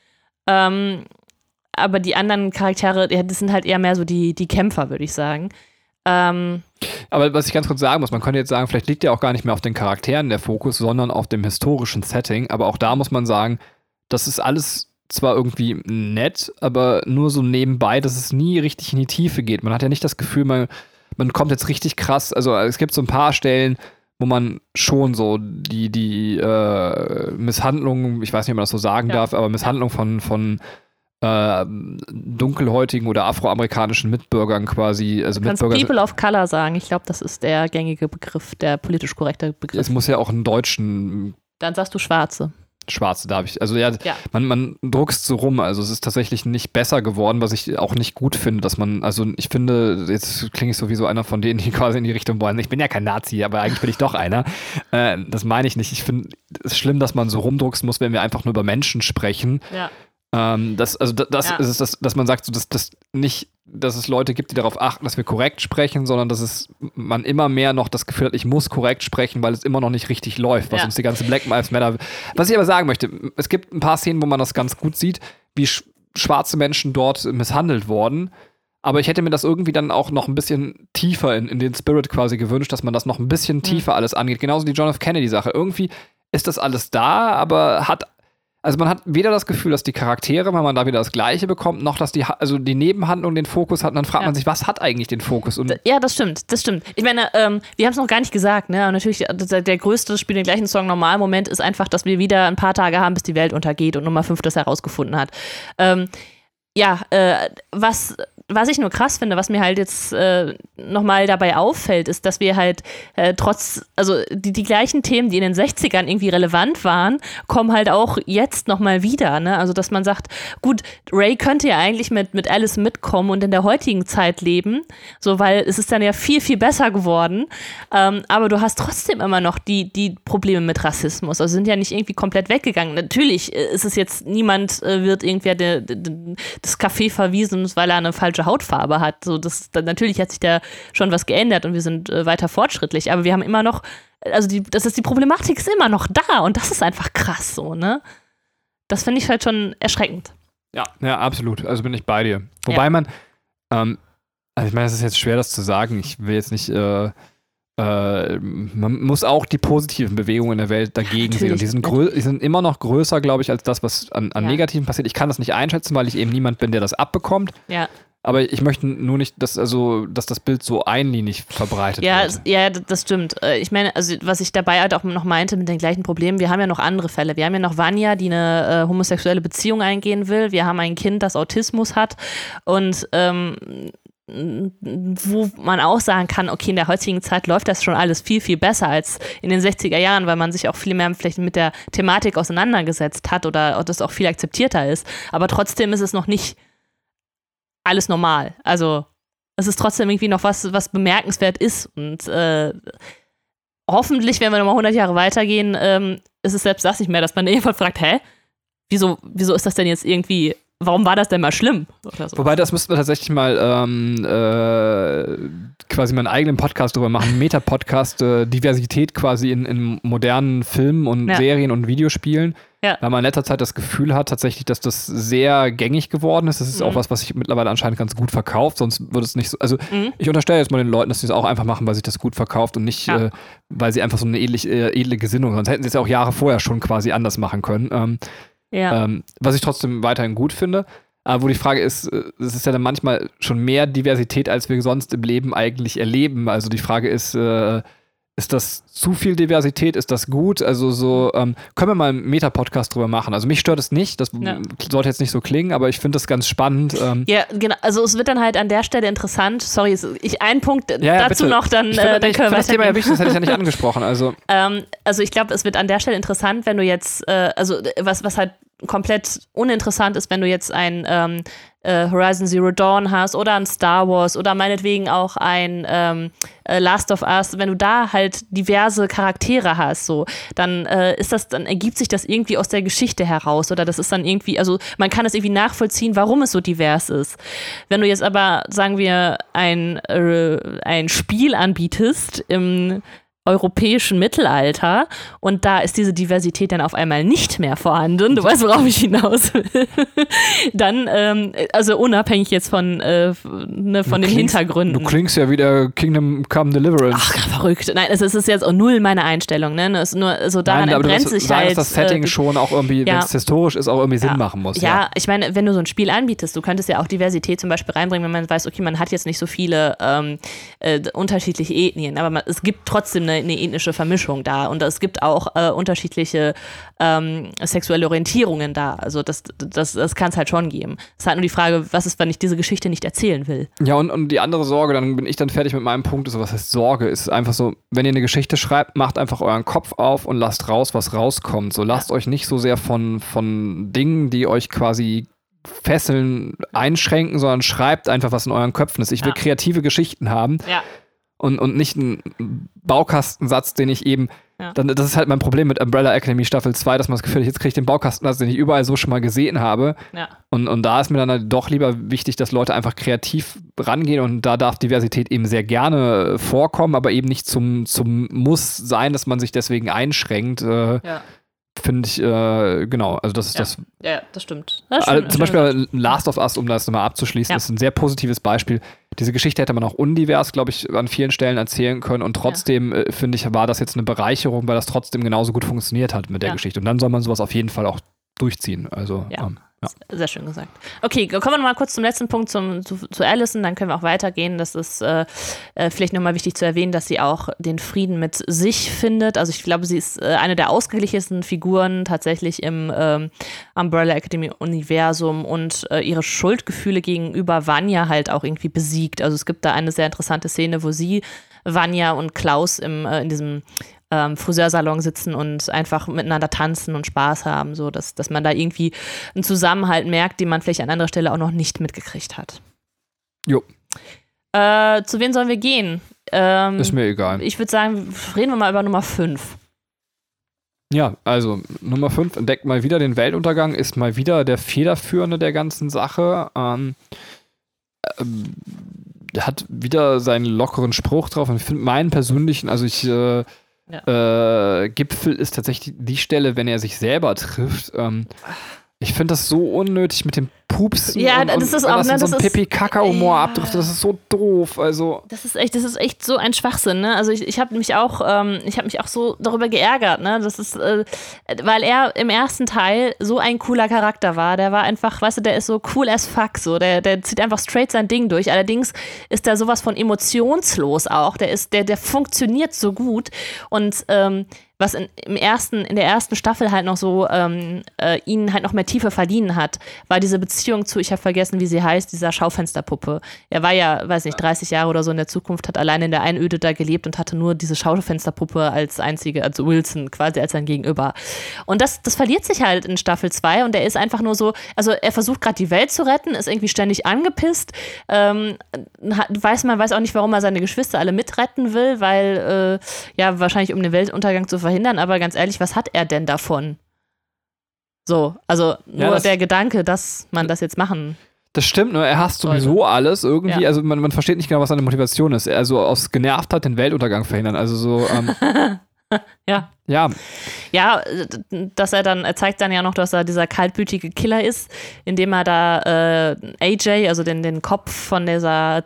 Aber die anderen Charaktere, das sind halt eher mehr so die Kämpfer, würde ich sagen. Aber was ich ganz kurz sagen muss, man könnte jetzt sagen, vielleicht liegt ja auch gar nicht mehr auf den Charakteren der Fokus, sondern auf dem historischen Setting. Aber auch da muss man sagen, das ist alles zwar irgendwie nett, aber nur so nebenbei, dass es nie richtig in die Tiefe geht. Man hat ja nicht das Gefühl, man kommt jetzt richtig krass, also es gibt so ein paar Stellen, wo man schon so die Misshandlung, ich weiß nicht, ob man das so sagen darf, aber Misshandlung von dunkelhäutigen oder afroamerikanischen Mitbürgern quasi. Also du kannst People of Color sagen, ich glaube, das ist der gängige Begriff, der politisch korrekte Begriff. Es muss ja auch einen deutschen... Dann sagst du Schwarze, darf ich. Also man druckst so rum. Also es ist tatsächlich nicht besser geworden, was ich auch nicht gut finde, dass man, also ich finde, jetzt klinge ich so wie so einer von denen, die quasi in die Richtung wollen. Ich bin ja kein Nazi, aber eigentlich bin ich doch einer. Das meine ich nicht. Ich finde es schlimm, dass man so rumdrucksen muss, wenn wir einfach nur über Menschen sprechen. Ja. Dass man sagt, so, dass es Leute gibt, die darauf achten, dass wir korrekt sprechen, sondern dass man immer mehr noch das Gefühl hat, ich muss korrekt sprechen, weil es immer noch nicht richtig läuft, was uns die ganze Black Lives Matter. Was ich aber sagen möchte, es gibt ein paar Szenen, wo man das ganz gut sieht, wie schwarze Menschen dort misshandelt wurden. Aber ich hätte mir das irgendwie dann auch noch ein bisschen tiefer in den Spirit quasi gewünscht, dass man das noch ein bisschen tiefer alles angeht. Genauso die John F. Kennedy-Sache. Irgendwie ist das alles da, aber man hat weder das Gefühl, dass die Charaktere, weil man da wieder das Gleiche bekommt, noch dass die Nebenhandlung den Fokus hat. Und dann fragt man sich, was hat eigentlich den Fokus? Und ja, das stimmt. Ich meine, wir haben es noch gar nicht gesagt, ne? Und natürlich, der größte Spiel den gleichen Song Normal-Moment ist einfach, dass wir wieder ein paar Tage haben, bis die Welt untergeht und Nummer 5 das herausgefunden hat. Was ich nur krass finde, was mir halt jetzt nochmal dabei auffällt, ist, dass wir halt die gleichen Themen, die in den 60ern irgendwie relevant waren, kommen halt auch jetzt nochmal wieder, ne? Also, dass man sagt, gut, Ray könnte ja eigentlich mit Alice mitkommen und in der heutigen Zeit leben, so, weil es ist dann ja viel, viel besser geworden, aber du hast trotzdem immer noch die Probleme mit Rassismus, also sind ja nicht irgendwie komplett weggegangen. Natürlich ist es jetzt, niemand wird irgendwer das Café verwiesen, weil er eine falsche falsche Hautfarbe hat. So, natürlich hat sich da schon was geändert und wir sind weiter fortschrittlich, aber wir haben immer noch, also die Problematik ist immer noch da und das ist einfach krass so, ne? Das finde ich halt schon erschreckend. Ja, absolut. Also bin ich bei dir. Wobei man, also ich meine, es ist jetzt schwer, das zu sagen. Ich will jetzt nicht, man muss auch die positiven Bewegungen in der Welt dagegen sehen. Und die sind immer noch größer, glaube ich, als das, was an Negativen passiert. Ich kann das nicht einschätzen, weil ich eben niemand bin, der das abbekommt. Ja. Aber ich möchte nur nicht, dass das Bild so einlinig verbreitet wird. Ja, das stimmt. Ich meine, also was ich dabei halt auch noch meinte mit den gleichen Problemen, wir haben ja noch andere Fälle. Wir haben ja noch Vanya, die eine homosexuelle Beziehung eingehen will. Wir haben ein Kind, das Autismus hat. Und wo man auch sagen kann, okay, in der heutigen Zeit läuft das schon alles viel, viel besser als in den 60er Jahren, weil man sich auch viel mehr vielleicht mit der Thematik auseinandergesetzt hat oder das auch viel akzeptierter ist. Aber trotzdem ist es noch nicht alles normal. Also es ist trotzdem irgendwie noch was bemerkenswert ist. Und hoffentlich, wenn wir nochmal 100 Jahre weitergehen, ist es selbst das nicht mehr, dass man irgendwann fragt, wieso ist das denn jetzt irgendwie, warum war das denn mal schlimm? Oder so. Wobei, das müssten wir tatsächlich mal quasi meinen eigenen Podcast drüber machen, Meta-Podcast, Diversität quasi in modernen Filmen und Serien und Videospielen. Ja. Weil man in letzter Zeit das Gefühl hat, tatsächlich, dass das sehr gängig geworden ist. Das ist auch was sich mittlerweile anscheinend ganz gut verkauft, sonst würde es nicht so. Also ich unterstelle jetzt mal den Leuten, dass sie es auch einfach machen, weil sich das gut verkauft und nicht, weil sie einfach so eine edle Gesinnung haben. Sonst hätten sie es ja auch Jahre vorher schon quasi anders machen können. Was ich trotzdem weiterhin gut finde. Aber wo die Frage ist, es ist ja dann manchmal schon mehr Diversität, als wir sonst im Leben eigentlich erleben. Also die Frage ist das zu viel Diversität? Ist das gut? Also so, können wir mal einen Meta-Podcast drüber machen. Also mich stört es nicht, das sollte jetzt nicht so klingen, aber ich finde das ganz spannend. Ja, genau, also es wird dann halt an der Stelle interessant, sorry, ein Punkt dazu bitte. noch, dann ich finde das Thema ja wichtig, das hätte ich ja nicht angesprochen. Also ich glaube, es wird an der Stelle interessant, wenn du jetzt, was halt komplett uninteressant ist, wenn du jetzt ein Horizon Zero Dawn hast oder ein Star Wars oder meinetwegen auch ein Last of Us, wenn du da halt diverse Charaktere hast, so, dann dann ergibt sich das irgendwie aus der Geschichte heraus oder das ist dann irgendwie, also man kann es irgendwie nachvollziehen, warum es so divers ist. Wenn du jetzt aber, sagen wir, ein Spiel anbietest im europäischen Mittelalter und da ist diese Diversität dann auf einmal nicht mehr vorhanden, du weißt, worauf ich hinaus will, dann, also unabhängig jetzt von den Hintergründen. Du klingst ja wie der Kingdom Come Deliverance. Ach, verrückt. Nein, es ist jetzt auch null meine Einstellung, ne? Es ist nur so daran entbrennt sich halt. Dass das Setting schon auch irgendwie, wenn es historisch ist, auch irgendwie Sinn machen muss. Ja, ich meine, wenn du so ein Spiel anbietest, du könntest ja auch Diversität zum Beispiel reinbringen, wenn man weiß, okay, man hat jetzt nicht so viele unterschiedliche Ethnien, aber es gibt trotzdem eine ethnische Vermischung da und es gibt auch unterschiedliche sexuelle Orientierungen da. Also das kann es halt schon geben. Es ist halt nur die Frage, was ist, wenn ich diese Geschichte nicht erzählen will. Ja, und die andere Sorge, dann bin ich dann fertig mit meinem Punkt, ist, was heißt Sorge, ist einfach so, wenn ihr eine Geschichte schreibt, macht einfach euren Kopf auf und lasst raus, was rauskommt. So lasst euch nicht so sehr von Dingen, die euch quasi fesseln, einschränken, sondern schreibt einfach, was in euren Köpfen ist. Ich will kreative Geschichten haben. Ja. Und nicht einen Baukastensatz, den ich eben, das ist halt mein Problem mit Umbrella Academy Staffel 2, dass man das Gefühl hat, jetzt kriege ich den Baukastensatz, den ich überall so schon mal gesehen habe. Ja. Und da ist mir dann halt doch lieber wichtig, dass Leute einfach kreativ rangehen und da darf Diversität eben sehr gerne vorkommen, aber eben nicht zum Muss sein, dass man sich deswegen einschränkt. Finde ich, genau, also das ist das. Ja, das stimmt. Zum Beispiel Last of Us, um das nochmal abzuschließen, ist ein sehr positives Beispiel. Diese Geschichte hätte man auch undivers, glaube ich, an vielen Stellen erzählen können und trotzdem, finde ich, war das jetzt eine Bereicherung, weil das trotzdem genauso gut funktioniert hat mit der Geschichte. Und dann soll man sowas auf jeden Fall auch durchziehen. Also, sehr schön gesagt. Okay, kommen wir nochmal kurz zum letzten Punkt, zu Alicent, dann können wir auch weitergehen. Das ist vielleicht nochmal wichtig zu erwähnen, dass sie auch den Frieden mit sich findet. Also ich glaube, sie ist eine der ausgeglichensten Figuren tatsächlich im Umbrella Academy Universum und ihre Schuldgefühle gegenüber Vanya halt auch irgendwie besiegt. Also es gibt da eine sehr interessante Szene, wo sie, Vanya und Klaus in diesem Friseursalon sitzen und einfach miteinander tanzen und Spaß haben, so dass man da irgendwie einen Zusammenhalt merkt, den man vielleicht an anderer Stelle auch noch nicht mitgekriegt hat. Jo. Zu wem sollen wir gehen? Ist mir egal. Ich würde sagen, reden wir mal über Nummer 5. Ja, also Nummer 5 entdeckt mal wieder den Weltuntergang, ist mal wieder der Federführende der ganzen Sache. hat wieder seinen lockeren Spruch drauf. Und ich finde meinen persönlichen, Gipfel ist tatsächlich die Stelle, wenn er sich selber trifft. Ich finde das so unnötig mit dem Pupsen und das ist auch, so ein Pipi-Kaka-Humor abdriftet. Das ist so doof. Also das ist echt so ein Schwachsinn. Ne? Also ich habe mich auch so darüber geärgert. Ne? Das ist, weil er im ersten Teil so ein cooler Charakter war. Der war einfach, weißt du, der ist so cool as fuck. So. Der zieht einfach straight sein Ding durch. Allerdings ist er sowas von emotionslos auch. Der funktioniert so gut. Und was in der ersten Staffel halt noch so ihn halt noch mehr Tiefe verliehen hat, war diese Beziehung zu, ich habe vergessen, wie sie heißt, dieser Schaufensterpuppe. Er war ja, weiß nicht, 30 Jahre oder so in der Zukunft, hat alleine in der Einöde da gelebt und hatte nur diese Schaufensterpuppe als einzige, also Wilson quasi als sein Gegenüber. Und das verliert sich halt in Staffel 2 und er ist einfach nur so, also er versucht gerade die Welt zu retten, ist irgendwie ständig angepisst, weiß auch nicht, warum er seine Geschwister alle mitretten will, weil, wahrscheinlich um den Weltuntergang zu verhindern, aber ganz ehrlich, was hat er denn davon? So, also nur der Gedanke, dass man das jetzt machen. Das stimmt, ne? Er hasst sowieso alles irgendwie, also man versteht nicht genau, was seine Motivation ist. Er so aus Genervtheit den Weltuntergang verhindern, also so, Ja, dass er zeigt dann ja noch, dass er dieser kaltblütige Killer ist, indem er da AJ, also den Kopf von dieser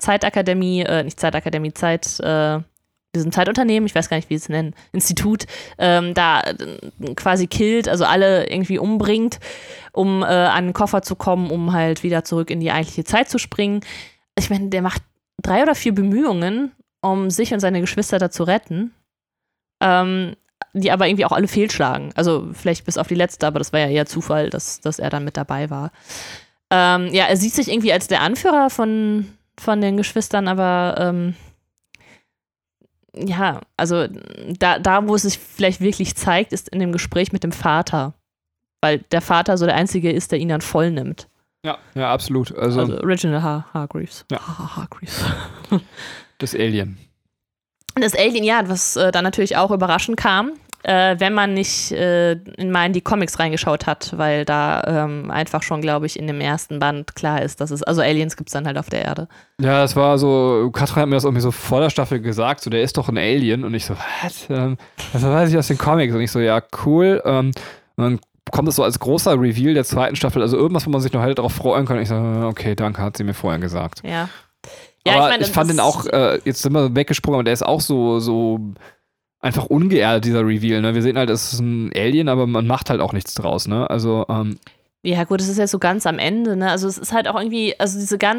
diesem Zeitunternehmen, ich weiß gar nicht, wie sie es nennen, Institut, da quasi killt, also alle irgendwie umbringt, um an den Koffer zu kommen, um halt wieder zurück in die eigentliche Zeit zu springen. Ich meine, der macht 3 oder 4 Bemühungen, um sich und seine Geschwister da zu retten, die aber irgendwie auch alle fehlschlagen. Also vielleicht bis auf die letzte, aber das war ja eher Zufall, dass er dann mit dabei war. Er sieht sich irgendwie als der Anführer von den Geschwistern, aber also da, wo es sich vielleicht wirklich zeigt, ist in dem Gespräch mit dem Vater. Weil der Vater so der Einzige ist, der ihn dann voll nimmt. Ja, absolut. Also Reginald Hargreaves. Ja. Hargreaves. Das Alien. Das Alien, ja, was dann natürlich auch überraschend kam, wenn man nicht in die Comics reingeschaut hat, weil da einfach schon, glaube ich, in dem ersten Band klar ist, dass also Aliens gibt es dann halt auf der Erde. Ja, das war so, Katrin hat mir das irgendwie so vor der Staffel gesagt, so, der ist doch ein Alien. Und ich so, was? Das weiß ich aus den Comics. Und ich so, ja, cool. Und dann kommt es so als großer Reveal der zweiten Staffel, also irgendwas, wo man sich noch halt darauf freuen kann. Und ich so, okay, danke, hat sie mir vorher gesagt. Ja. Aber ich fand den auch, jetzt sind wir weggesprungen, aber der ist auch so einfach ungeerdet, dieser Reveal, ne? Wir sehen halt, es ist ein Alien, aber man macht halt auch nichts draus, ne? Also, ja, gut, es ist ja so ganz am Ende, ne? Also es ist halt auch irgendwie, also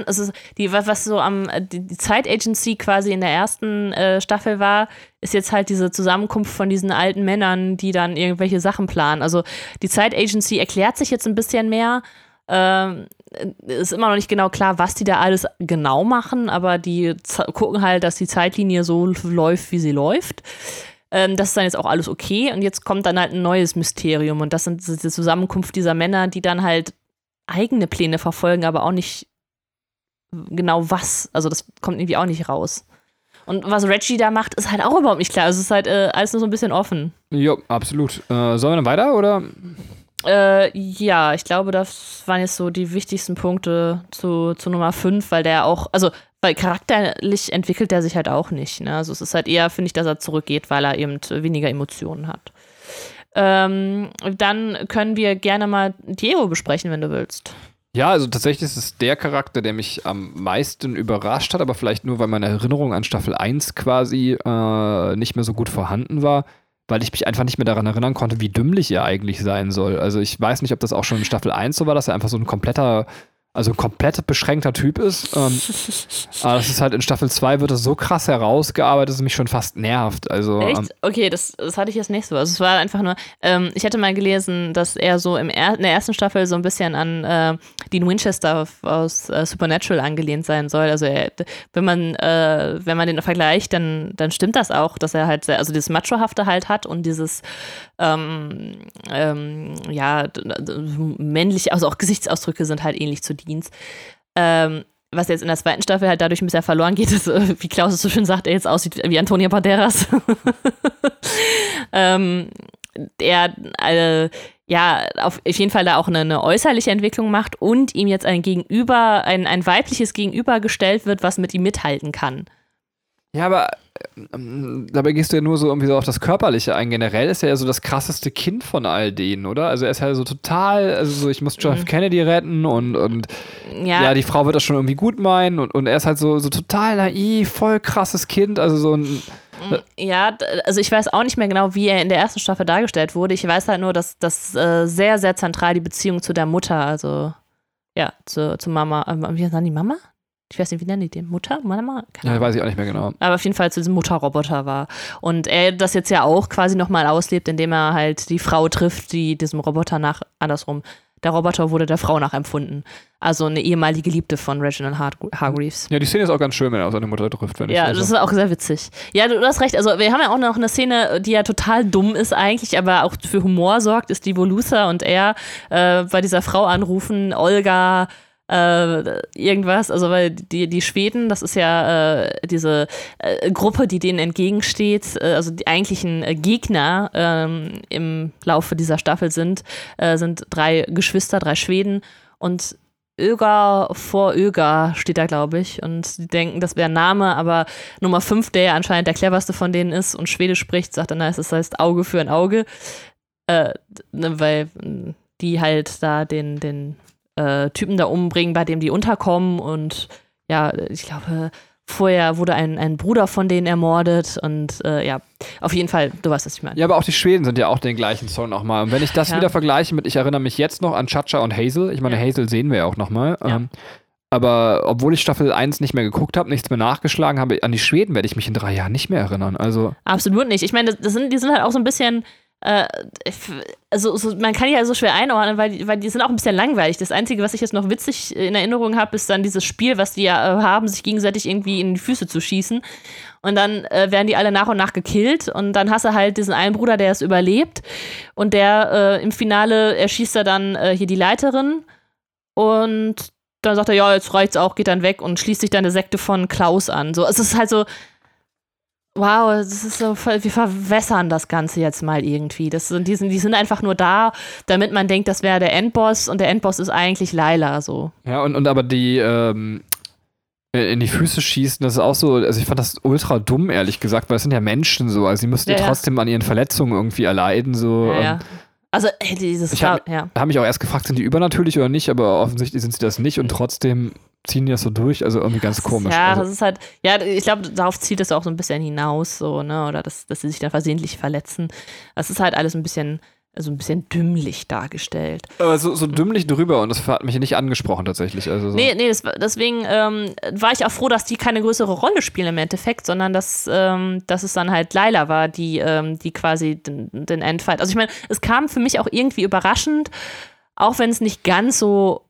die Zeit-Agency quasi in der ersten Staffel war, ist jetzt halt diese Zusammenkunft von diesen alten Männern, die dann irgendwelche Sachen planen. Also die Zeit-Agency erklärt sich jetzt ein bisschen mehr. Ist immer noch nicht genau klar, was die da alles genau machen, aber die gucken halt, dass die Zeitlinie so läuft, wie sie läuft. Das ist dann jetzt auch alles okay und jetzt kommt dann halt ein neues Mysterium und das sind die Zusammenkunft dieser Männer, die dann halt eigene Pläne verfolgen, aber auch nicht genau was. Also das kommt irgendwie auch nicht raus. Und was Reggie da macht, ist halt auch überhaupt nicht klar. Also es ist halt alles nur so ein bisschen offen. Ja, absolut. Sollen wir dann weiter, oder? Ja, ich glaube, das waren jetzt so die wichtigsten Punkte zu Nummer 5, weil der auch, also weil charakterlich entwickelt er sich halt auch nicht. Ne? Also es ist halt eher, finde ich, dass er zurückgeht, weil er eben weniger Emotionen hat. Dann können wir gerne mal Diego besprechen, wenn du willst. Ja, also tatsächlich ist es der Charakter, der mich am meisten überrascht hat, aber vielleicht nur, weil meine Erinnerung an Staffel 1 quasi nicht mehr so gut vorhanden war, weil ich mich einfach nicht mehr daran erinnern konnte, wie dümmlich er eigentlich sein soll. Also ich weiß nicht, ob das auch schon in Staffel 1 so war, dass er einfach so ein komplett beschränkter Typ ist. Aber das ist halt in Staffel 2 wird das so krass herausgearbeitet, dass es mich schon fast nervt. Also, echt? Okay, das hatte ich jetzt nicht so. Also es war einfach nur, ich hätte mal gelesen, dass er so in der ersten Staffel so ein bisschen an Dean Winchester aus Supernatural angelehnt sein soll. Also wenn man den vergleicht, dann stimmt das auch, dass er halt also dieses Machohafte halt hat und dieses männliche, also auch Gesichtsausdrücke sind halt ähnlich zu Deans. Was jetzt in der zweiten Staffel halt dadurch ein bisschen verloren geht, ist, wie Klaus es so schön sagt, er jetzt aussieht wie Antonio Banderas. auf jeden Fall da auch eine äußerliche Entwicklung macht und ihm jetzt ein weibliches Gegenüber gestellt wird, was mit ihm mithalten kann. Ja, aber dabei gehst du ja nur so irgendwie so auf das Körperliche ein. Generell ist er ja so das krasseste Kind von all denen, oder? Also er ist ja so total, also so, ich muss John F. Kennedy retten und die Frau wird das schon irgendwie gut meinen und er ist halt so total naiv, voll krasses Kind, also so ein... Ja, also ich weiß auch nicht mehr genau, wie er in der ersten Staffel dargestellt wurde. Ich weiß halt nur, dass das sehr, sehr zentral die Beziehung zu der Mutter, also ja, zu Mama, wie sagen die Mama? Ich weiß nicht, wie nennen die den? Mutter? Mama? Ja, weiß ich auch nicht mehr genau. Aber auf jeden Fall zu diesem Mutterroboter war. Und er das jetzt ja auch quasi nochmal auslebt, indem er halt die Frau trifft, die diesem Roboter andersrum. Der Roboter wurde der Frau nachempfunden. Also eine ehemalige Geliebte von Reginald Hargreaves. Ja, die Szene ist auch ganz schön, wenn er seine Mutter trifft. Ja, das ist auch sehr witzig. Ja, du hast recht. Also wir haben ja auch noch eine Szene, die ja total dumm ist eigentlich, aber auch für Humor sorgt, ist die, wo Luther und er bei dieser Frau anrufen, Olga irgendwas, also weil die Schweden, das ist ja diese Gruppe, die denen entgegensteht, also die eigentlichen Gegner im Laufe dieser Staffel sind 3 Geschwister, 3 Schweden und Öger vor Öger steht da, glaube ich, und die denken, das wäre ein Name, aber Nummer 5, der ja anscheinend der cleverste von denen ist und Schwedisch spricht, sagt dann, das heißt Auge für ein Auge, weil die halt da den Typen da umbringen, bei dem die unterkommen und ja, ich glaube, vorher wurde ein Bruder von denen ermordet und auf jeden Fall, du weißt, was ich meine. Ja, aber auch die Schweden sind ja auch den gleichen Song nochmal. Und wenn ich das wieder vergleiche mit, ich erinnere mich jetzt noch an Chacha und Hazel, ich meine, Hazel sehen wir ja auch nochmal, aber obwohl ich Staffel 1 nicht mehr geguckt habe, nichts mehr nachgeschlagen habe, an die Schweden werde ich mich in 3 Jahren nicht mehr erinnern. Also absolut nicht. Ich meine, die sind halt auch so ein bisschen man kann die ja so schwer einordnen, weil die sind auch ein bisschen langweilig. Das Einzige, was ich jetzt noch witzig in Erinnerung habe, ist dann dieses Spiel, was die ja haben, sich gegenseitig irgendwie in die Füße zu schießen. Und dann werden die alle nach und nach gekillt. Und dann hast du halt diesen einen Bruder, der es überlebt. Und der im Finale erschießt er dann hier die Leiterin. Und dann sagt er, ja, jetzt reicht's auch, geht dann weg und schließt sich dann eine Sekte von Klaus an. So, es ist halt so, wow, das ist so, wir verwässern das Ganze jetzt mal irgendwie. Die sind einfach nur da, damit man denkt, das wäre der Endboss und der Endboss ist eigentlich Layla, so. Ja, und aber die in die Füße schießen, das ist auch so, also ich fand das ultra dumm, ehrlich gesagt, weil es sind ja Menschen so, also sie müssen ja trotzdem an ihren Verletzungen irgendwie erleiden, so. Ja. Also, ich habe mich auch erst gefragt, sind die übernatürlich oder nicht, aber offensichtlich sind sie das nicht und trotzdem ziehen die das so durch, also irgendwie ganz komisch. Ja, also. Das ist halt, ja, ich glaube, darauf zielt es auch so ein bisschen hinaus, so, ne, oder dass sie sich da versehentlich verletzen. Das ist halt alles ein bisschen dümmlich dargestellt. Aber so dümmlich drüber und das hat mich nicht angesprochen tatsächlich. Also so. Nee, deswegen war ich auch froh, dass die keine größere Rolle spielen im Endeffekt, sondern dass es dann halt Layla war, die quasi den Endfight. Also ich meine, es kam für mich auch irgendwie überraschend, auch wenn es nicht ganz so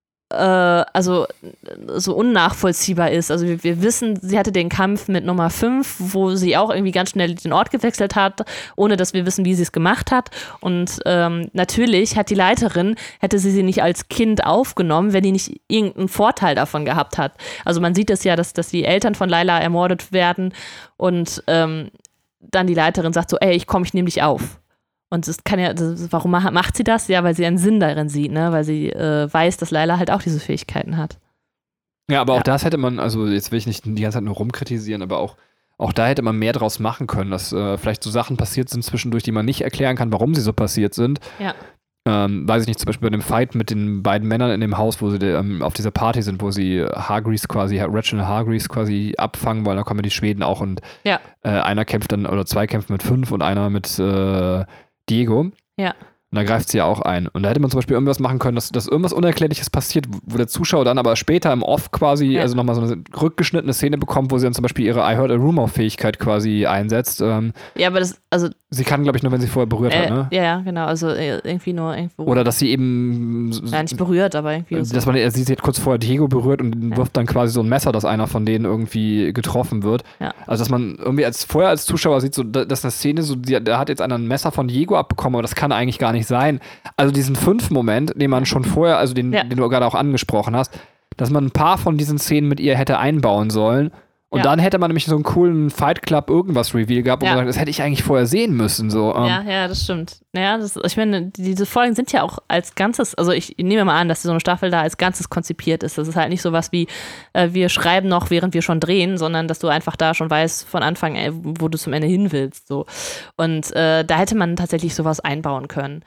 so unnachvollziehbar ist. Also wir wissen, sie hatte den Kampf mit Nummer 5, wo sie auch irgendwie ganz schnell den Ort gewechselt hat, ohne dass wir wissen, wie sie es gemacht hat. Und natürlich hat die Leiterin, hätte sie nicht als Kind aufgenommen, wenn die nicht irgendeinen Vorteil davon gehabt hat. Also man sieht es ja, dass die Eltern von Layla ermordet werden und dann die Leiterin sagt so, ey, ich nehme dich auf. Und warum macht sie das? Ja, weil sie einen Sinn darin sieht, ne? Weil sie weiß, dass Layla halt auch diese Fähigkeiten hat. Ja, aber auch das hätte man, also jetzt will ich nicht die ganze Zeit nur rumkritisieren, aber auch da hätte man mehr draus machen können, dass vielleicht so Sachen passiert sind zwischendurch, die man nicht erklären kann, warum sie so passiert sind. Ja. Weiß ich nicht, zum Beispiel bei dem Fight mit den beiden Männern in dem Haus, wo sie auf dieser Party sind, wo sie Reginald Hargreaves quasi abfangen wollen, da kommen die Schweden auch und einer kämpft dann, oder 2 kämpfen mit 5 und einer mit Diego. Ja. Und da greift sie ja auch ein. Und da hätte man zum Beispiel irgendwas machen können, dass irgendwas Unerklärliches passiert, wo der Zuschauer dann aber später im Off quasi, also nochmal so eine rückgeschnittene Szene bekommt, wo sie dann zum Beispiel ihre I Heard a Rumor-Fähigkeit quasi einsetzt. Ja, aber sie kann, glaube ich, nur, wenn sie vorher berührt hat, ne? Ja, genau. Also irgendwie nur irgendwo. Oder dass sie eben. Ja, nicht berührt, aber irgendwie. Dass sie hat kurz vorher Diego berührt und wirft dann quasi so ein Messer, dass einer von denen irgendwie getroffen wird. Ja. Also, dass man irgendwie vorher als Zuschauer sieht, so, dass eine Szene so, da hat jetzt einer ein Messer von Diego abbekommen, aber das kann eigentlich gar nicht sein. Also, diesen 5-Moment, den man schon vorher, also den du gerade auch angesprochen hast, dass man ein paar von diesen Szenen mit ihr hätte einbauen sollen. Und dann hätte man nämlich so einen coolen Fight Club irgendwas Reveal gehabt, wo man sagt, das hätte ich eigentlich vorher sehen müssen. So, Ja, das stimmt. Ja, ich meine, diese Folgen sind ja auch als Ganzes, also ich nehme mal an, dass so eine Staffel da als Ganzes konzipiert ist. Das ist halt nicht so was wie, wir schreiben noch, während wir schon drehen, sondern dass du einfach da schon weißt von Anfang, wo du zum Ende hin willst. So. Und da hätte man tatsächlich sowas einbauen können.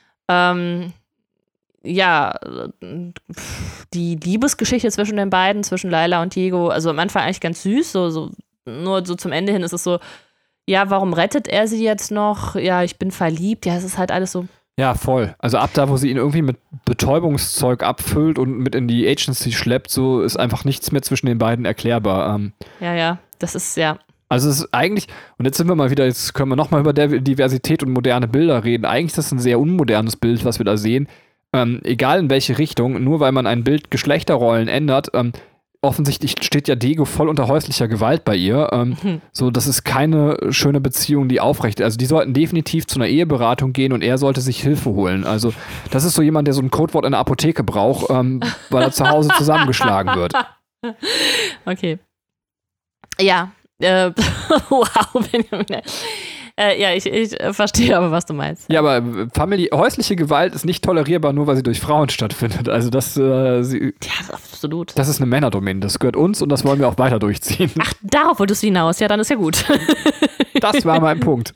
Ja, die Liebesgeschichte zwischen den beiden, zwischen Layla und Diego, also am Anfang eigentlich ganz süß, nur so zum Ende hin ist es so, ja, warum rettet er sie jetzt noch? Ja, ich bin verliebt. Ja, es ist halt alles so. Ja, voll. Also ab da, wo sie ihn irgendwie mit Betäubungszeug abfüllt und mit in die Agency schleppt, so ist einfach nichts mehr zwischen den beiden erklärbar. Ja, das ist, ja. Also es ist eigentlich, und jetzt sind wir mal wieder, jetzt können wir nochmal über Diversität und moderne Bilder reden. Eigentlich ist das ein sehr unmodernes Bild, was wir da sehen. Egal in welche Richtung, nur weil man ein Bild Geschlechterrollen ändert, offensichtlich steht ja Diego voll unter häuslicher Gewalt bei ihr. So, das ist keine schöne Beziehung, die aufrecht ist. Also die sollten definitiv zu einer Eheberatung gehen und er sollte sich Hilfe holen. Also das ist so jemand, der so ein Codewort in der Apotheke braucht, weil er zu Hause zusammengeschlagen wird. Okay. Ja. Wow, Benjamin. Ja, ich verstehe aber, was du meinst. Ja, aber häusliche Gewalt ist nicht tolerierbar, nur weil sie durch Frauen stattfindet. Also das, ja, absolut. Das ist eine Männerdomäne. Das gehört uns und das wollen wir auch weiter durchziehen. Ach, darauf wolltest du hinaus. Ja, dann ist ja gut. Das war mein Punkt.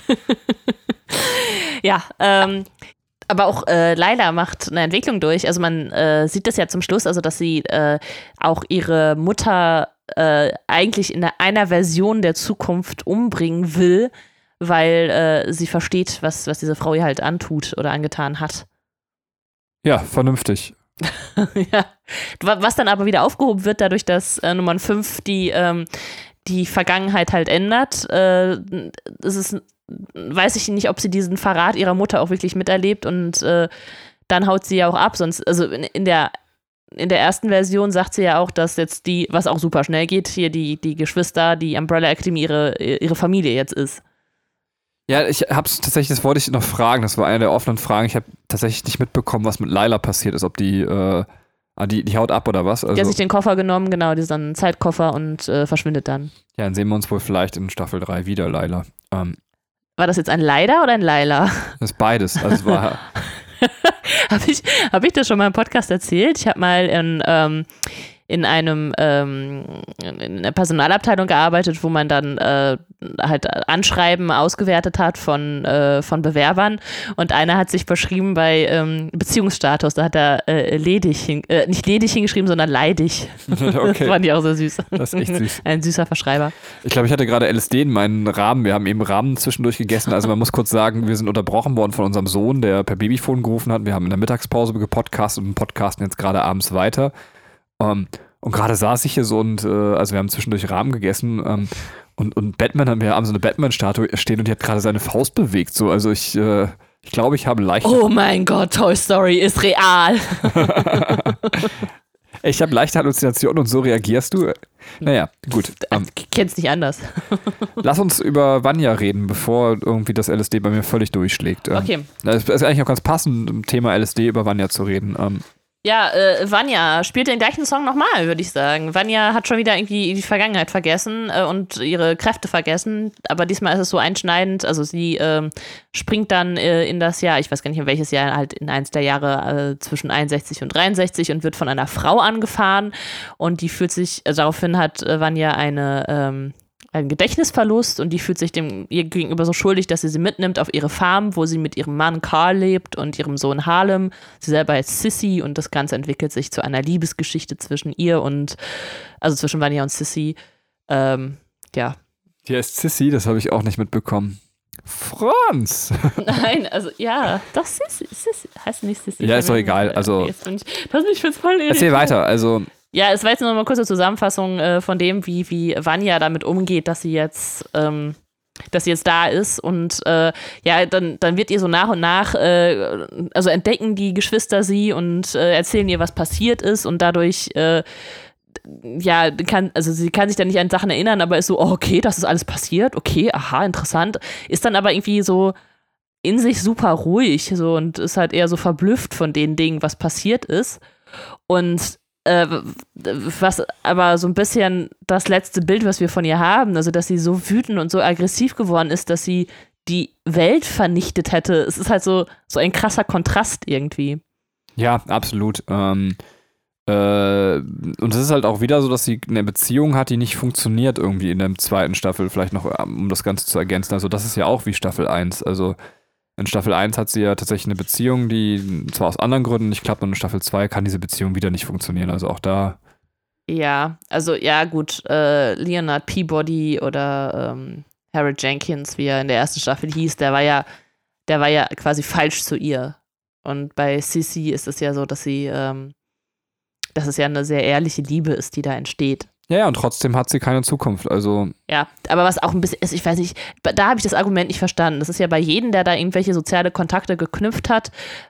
Ja, aber auch Layla macht eine Entwicklung durch. Also man sieht das ja zum Schluss, also dass sie auch ihre Mutter eigentlich in einer Version der Zukunft umbringen will, weil sie versteht, was diese Frau ihr halt antut oder angetan hat. Ja, vernünftig. Ja. Was dann aber wieder aufgehoben wird, dadurch, dass Nummer 5 die Vergangenheit halt ändert. Weiß ich nicht, ob sie diesen Verrat ihrer Mutter auch wirklich miterlebt und dann haut sie ja auch ab. Sonst, also in der ersten Version sagt sie ja auch, dass jetzt was auch super schnell geht, hier die Geschwister, die Umbrella Academy ihre Familie jetzt ist. Ja, ich hab's tatsächlich, das wollte ich noch fragen, das war eine der offenen Fragen. Ich habe tatsächlich nicht mitbekommen, was mit Layla passiert ist, ob die haut ab oder was. Also, die hat sich den Koffer genommen, genau, diesen Zeitkoffer und verschwindet dann. Ja, dann sehen wir uns wohl vielleicht in Staffel 3 wieder, Layla. War das jetzt ein Leider oder ein Layla? Das ist beides, also es war... Hab ich das schon mal im Podcast erzählt? Ich habe mal in einer Personalabteilung gearbeitet, wo man dann halt Anschreiben ausgewertet hat von Bewerbern und einer hat sich beschrieben bei Beziehungsstatus, da hat er nicht ledig hingeschrieben, sondern leidig. Okay. Das fand ich auch so süß. Das ist echt süß. Ein süßer Verschreiber. Ich glaube, ich hatte gerade LSD in meinen Rahmen. Wir haben eben Rahmen zwischendurch gegessen. Also man muss kurz sagen, wir sind unterbrochen worden von unserem Sohn, der per Babyphone gerufen hat. Wir haben in der Mittagspause gepodcastet und podcasten jetzt gerade abends weiter. Und gerade saß ich hier so und also wir haben zwischendurch Rahmen gegessen und Batman, wir haben so eine Batman-Statue stehen und die hat gerade seine Faust bewegt. So, also ich glaube, ich habe leicht... Oh mein Gott, Toy Story ist real. Ich habe leichte Halluzinationen und so reagierst du. Naja, gut. Kennst nicht anders. Lass uns über Vanya reden, bevor irgendwie das LSD bei mir völlig durchschlägt. Okay. Es ist eigentlich auch ganz passend, im Thema LSD über Vanya zu reden. Ja, Vanya spielt den gleichen Song nochmal, würde ich sagen. Vanya hat schon wieder irgendwie die Vergangenheit vergessen und ihre Kräfte vergessen, aber diesmal ist es so einschneidend, also sie springt dann in das Jahr, ich weiß gar nicht in welches Jahr, halt in eins der Jahre zwischen 61 und 63 und wird von einer Frau angefahren und die fühlt sich, daraufhin hat Vanya einen Gedächtnisverlust und die fühlt sich ihr gegenüber so schuldig, dass sie mitnimmt auf ihre Farm, wo sie mit ihrem Mann Carl lebt und ihrem Sohn Harlem. Sie selber ist Sissy und das Ganze entwickelt sich zu einer Liebesgeschichte zwischen ihr und, also zwischen Vanya und Sissy. Ja. Die heißt Sissy, das habe ich auch nicht mitbekommen. Franz! Nein, also ja, doch Sissy. Heißt nicht Sissy. Ja, ist doch egal. Also, das mich für voll erzähl weiter, also... Ja, es war jetzt nur noch mal eine kurze Zusammenfassung von dem, wie Vanya damit umgeht, dass sie jetzt da ist und ja, dann wird ihr so nach und nach, also entdecken die Geschwister sie und erzählen ihr, was passiert ist und dadurch ja, sie kann sich dann nicht an Sachen erinnern, aber ist so, oh, okay, das ist alles passiert, okay, aha, interessant, ist dann aber irgendwie so in sich super ruhig so und ist halt eher so verblüfft von den Dingen, was passiert ist und was aber so ein bisschen das letzte Bild, was wir von ihr haben, also dass sie so wütend und so aggressiv geworden ist, dass sie die Welt vernichtet hätte. Es ist halt so ein krasser Kontrast irgendwie. Ja, absolut. Und es ist halt auch wieder so, dass sie eine Beziehung hat, die nicht funktioniert irgendwie in der zweiten Staffel, vielleicht noch, um das Ganze zu ergänzen. Also das ist ja auch wie Staffel 1. Also in Staffel 1 hat sie ja tatsächlich eine Beziehung, die zwar aus anderen Gründen nicht klappt, und in Staffel 2 kann diese Beziehung wieder nicht funktionieren. Also auch da. Ja, also ja gut, Leonard Peabody oder Harold Jenkins, wie er in der ersten Staffel hieß, der war ja quasi falsch zu ihr. Und bei Sissy ist es ja so, dass sie, dass es ja eine sehr ehrliche Liebe ist, die da entsteht. Ja, und trotzdem hat sie keine Zukunft, also. Ja, aber was auch ein bisschen ist, ich weiß nicht, da habe ich das Argument nicht verstanden. Das ist ja bei jedem, der da irgendwelche soziale Kontakte geknüpft hat,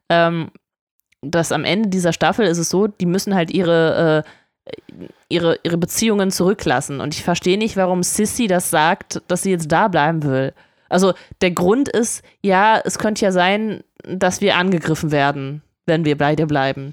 dass am Ende dieser Staffel ist es so, die müssen halt ihre Beziehungen zurücklassen. Und ich verstehe nicht, warum Sissy das sagt, dass sie jetzt da bleiben will. Also der Grund ist, ja, es könnte ja sein, dass wir angegriffen werden, wenn wir beide bleiben.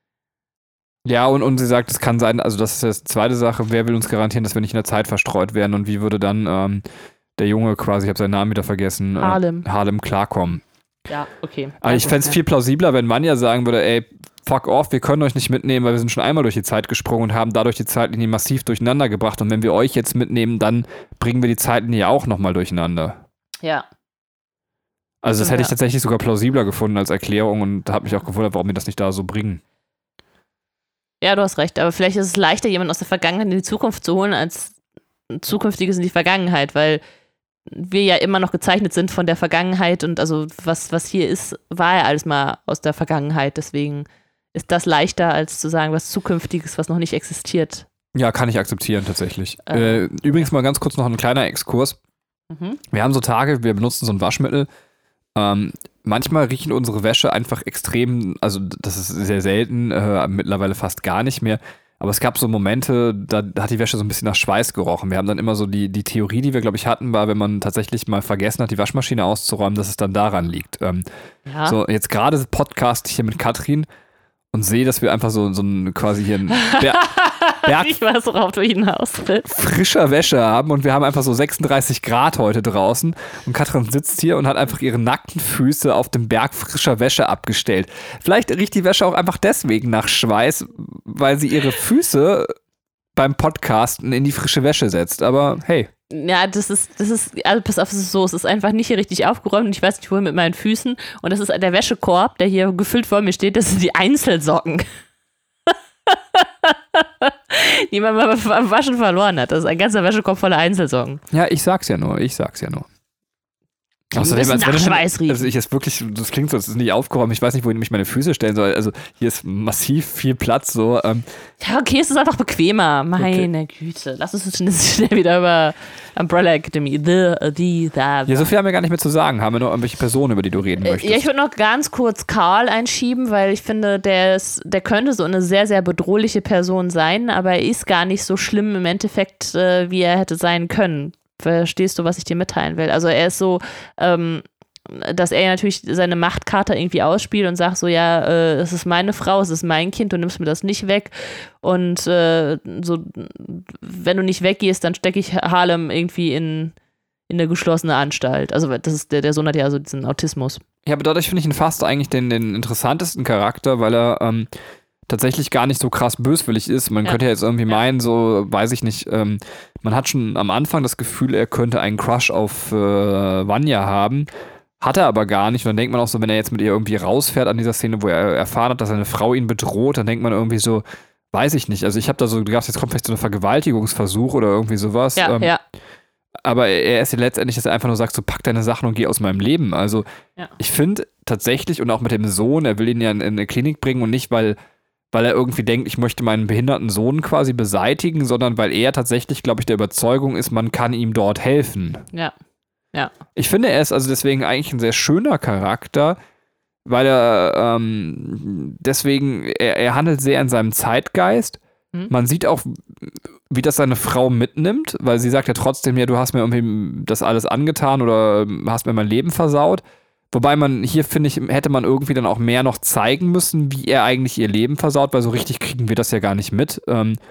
Ja, und sie sagt, es kann sein, also das ist die zweite Sache, wer will uns garantieren, dass wir nicht in der Zeit verstreut werden, und wie würde dann der Junge quasi, ich habe seinen Namen wieder vergessen, Harlem klarkommen. Ja, okay. Aber ich fände es viel plausibler, wenn Vanya sagen würde, ey, fuck off, wir können euch nicht mitnehmen, weil wir sind schon einmal durch die Zeit gesprungen und haben dadurch die Zeitlinie massiv durcheinander gebracht, und wenn wir euch jetzt mitnehmen, dann bringen wir die Zeitlinie auch nochmal durcheinander. Ja. Also das hätte ich tatsächlich sogar plausibler gefunden als Erklärung, und habe mich auch gewundert, warum wir das nicht da so bringen. Ja, du hast recht, aber vielleicht ist es leichter, jemanden aus der Vergangenheit in die Zukunft zu holen, als ein Zukünftiges in die Vergangenheit, weil wir ja immer noch gezeichnet sind von der Vergangenheit, und also was hier ist, war ja alles mal aus der Vergangenheit, deswegen ist das leichter, als zu sagen, was Zukünftiges, was noch nicht existiert. Ja, kann ich akzeptieren, tatsächlich. Übrigens mal ganz kurz noch ein kleiner Exkurs. Wir haben so Tage, wir benutzen so ein Waschmittel. Manchmal riechen unsere Wäsche einfach extrem, also das ist sehr selten, mittlerweile fast gar nicht mehr. Aber es gab so Momente, da hat die Wäsche so ein bisschen nach Schweiß gerochen. Wir haben dann immer so die Theorie, die wir, glaube ich, hatten, war, wenn man tatsächlich mal vergessen hat, die Waschmaschine auszuräumen, dass es dann daran liegt. Ja. So, jetzt gerade Podcast hier mit Katrin und sehe, dass wir einfach so ein quasi hier ein Berg Ich weiß, worauf du hinaus willst. frischer Wäsche haben, und wir haben einfach so 36 Grad heute draußen, und Katrin sitzt hier und hat einfach ihre nackten Füße auf dem Berg frischer Wäsche abgestellt. Vielleicht riecht die Wäsche auch einfach deswegen nach Schweiß, weil sie ihre Füße beim Podcasten in die frische Wäsche setzt, aber hey. Ja, das ist, also pass auf, es ist so, es ist einfach nicht hier richtig aufgeräumt, und ich weiß nicht, wohin mit meinen Füßen, und das ist der Wäschekorb, der hier gefüllt vor mir steht, das sind die Einzelsocken. Die man beim Waschen verloren hat. Das ist ein ganzer Wäschekorb voller Einzelsocken. Ja, ich sag's ja nur. Außerdem, nach Schweiß riechen. Also ich ist wirklich, das klingt so, es ist nicht aufgeräumt, ich weiß nicht, wohin ich meine Füße stellen soll. Also hier ist massiv viel Platz so. Ja, okay, es ist einfach bequemer. Meine Güte. Lass uns jetzt schnell wieder über Umbrella Academy. Ja, so viel haben wir gar nicht mehr zu sagen. Haben wir noch irgendwelche Personen, über die du reden möchtest? Ja, ich würde noch ganz kurz Karl einschieben, weil ich finde, der könnte so eine sehr, sehr bedrohliche Person sein, aber er ist gar nicht so schlimm im Endeffekt, wie er hätte sein können. Verstehst du, was ich dir mitteilen will? Also er ist so, dass er natürlich seine Machtkarte irgendwie ausspielt und sagt so, ja, es ist meine Frau, es ist mein Kind, du nimmst mir das nicht weg, und so, wenn du nicht weggehst, dann stecke ich Harlem irgendwie in eine geschlossene Anstalt. Also das ist, der Sohn hat ja also diesen Autismus. Ja, aber dadurch finde ich ihn fast eigentlich den interessantesten Charakter, weil er tatsächlich gar nicht so krass böswillig ist. Man könnte ja jetzt irgendwie meinen, so, weiß ich nicht, man hat schon am Anfang das Gefühl, er könnte einen Crush auf Vanya haben. Hat er aber gar nicht. Und dann denkt man auch so, wenn er jetzt mit ihr irgendwie rausfährt an dieser Szene, wo er erfahren hat, dass seine Frau ihn bedroht, dann denkt man irgendwie so, weiß ich nicht. Also ich habe da so gedacht, jetzt kommt vielleicht so ein Vergewaltigungsversuch oder irgendwie sowas. Ja. Aber er ist ja letztendlich, dass er einfach nur sagt, so pack deine Sachen und geh aus meinem Leben. Also ich finde tatsächlich, und auch mit dem Sohn, er will ihn ja in eine Klinik bringen, und nicht, weil er irgendwie denkt, ich möchte meinen behinderten Sohn quasi beseitigen, sondern weil er tatsächlich, glaube ich, der Überzeugung ist, man kann ihm dort helfen. Ja. Ich finde, er ist also deswegen eigentlich ein sehr schöner Charakter, weil er deswegen, er handelt sehr in seinem Zeitgeist. Man sieht auch, wie das seine Frau mitnimmt, weil sie sagt ja trotzdem, ja, du hast mir irgendwie das alles angetan oder hast mir mein Leben versaut. Wobei man hier, finde ich, hätte man irgendwie dann auch mehr noch zeigen müssen, wie er eigentlich ihr Leben versaut, weil so richtig kriegen wir das ja gar nicht mit.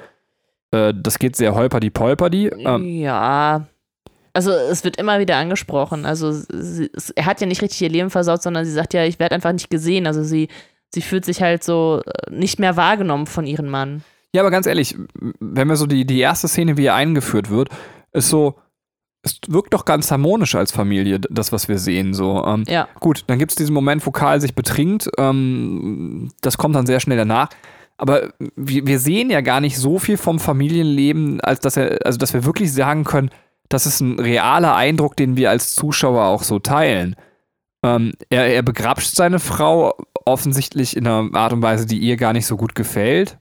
Das geht sehr holperdi-polperdi. Ja. Also es wird immer wieder angesprochen. Also er hat ja nicht richtig ihr Leben versaut, sondern sie sagt ja, ich werde einfach nicht gesehen. Also sie fühlt sich halt so nicht mehr wahrgenommen von ihrem Mann. Ja, aber ganz ehrlich, wenn wir so die erste Szene, wie er eingeführt wird, ist so, es wirkt doch ganz harmonisch als Familie, das, was wir sehen. So. Ja. Gut, dann gibt es diesen Moment, wo Karl sich betrinkt. Das kommt dann sehr schnell danach. Aber wir sehen ja gar nicht so viel vom Familienleben, als dass wir wirklich sagen können, das ist ein realer Eindruck, den wir als Zuschauer auch so teilen. Er begrapscht seine Frau offensichtlich in einer Art und Weise, die ihr gar nicht so gut gefällt.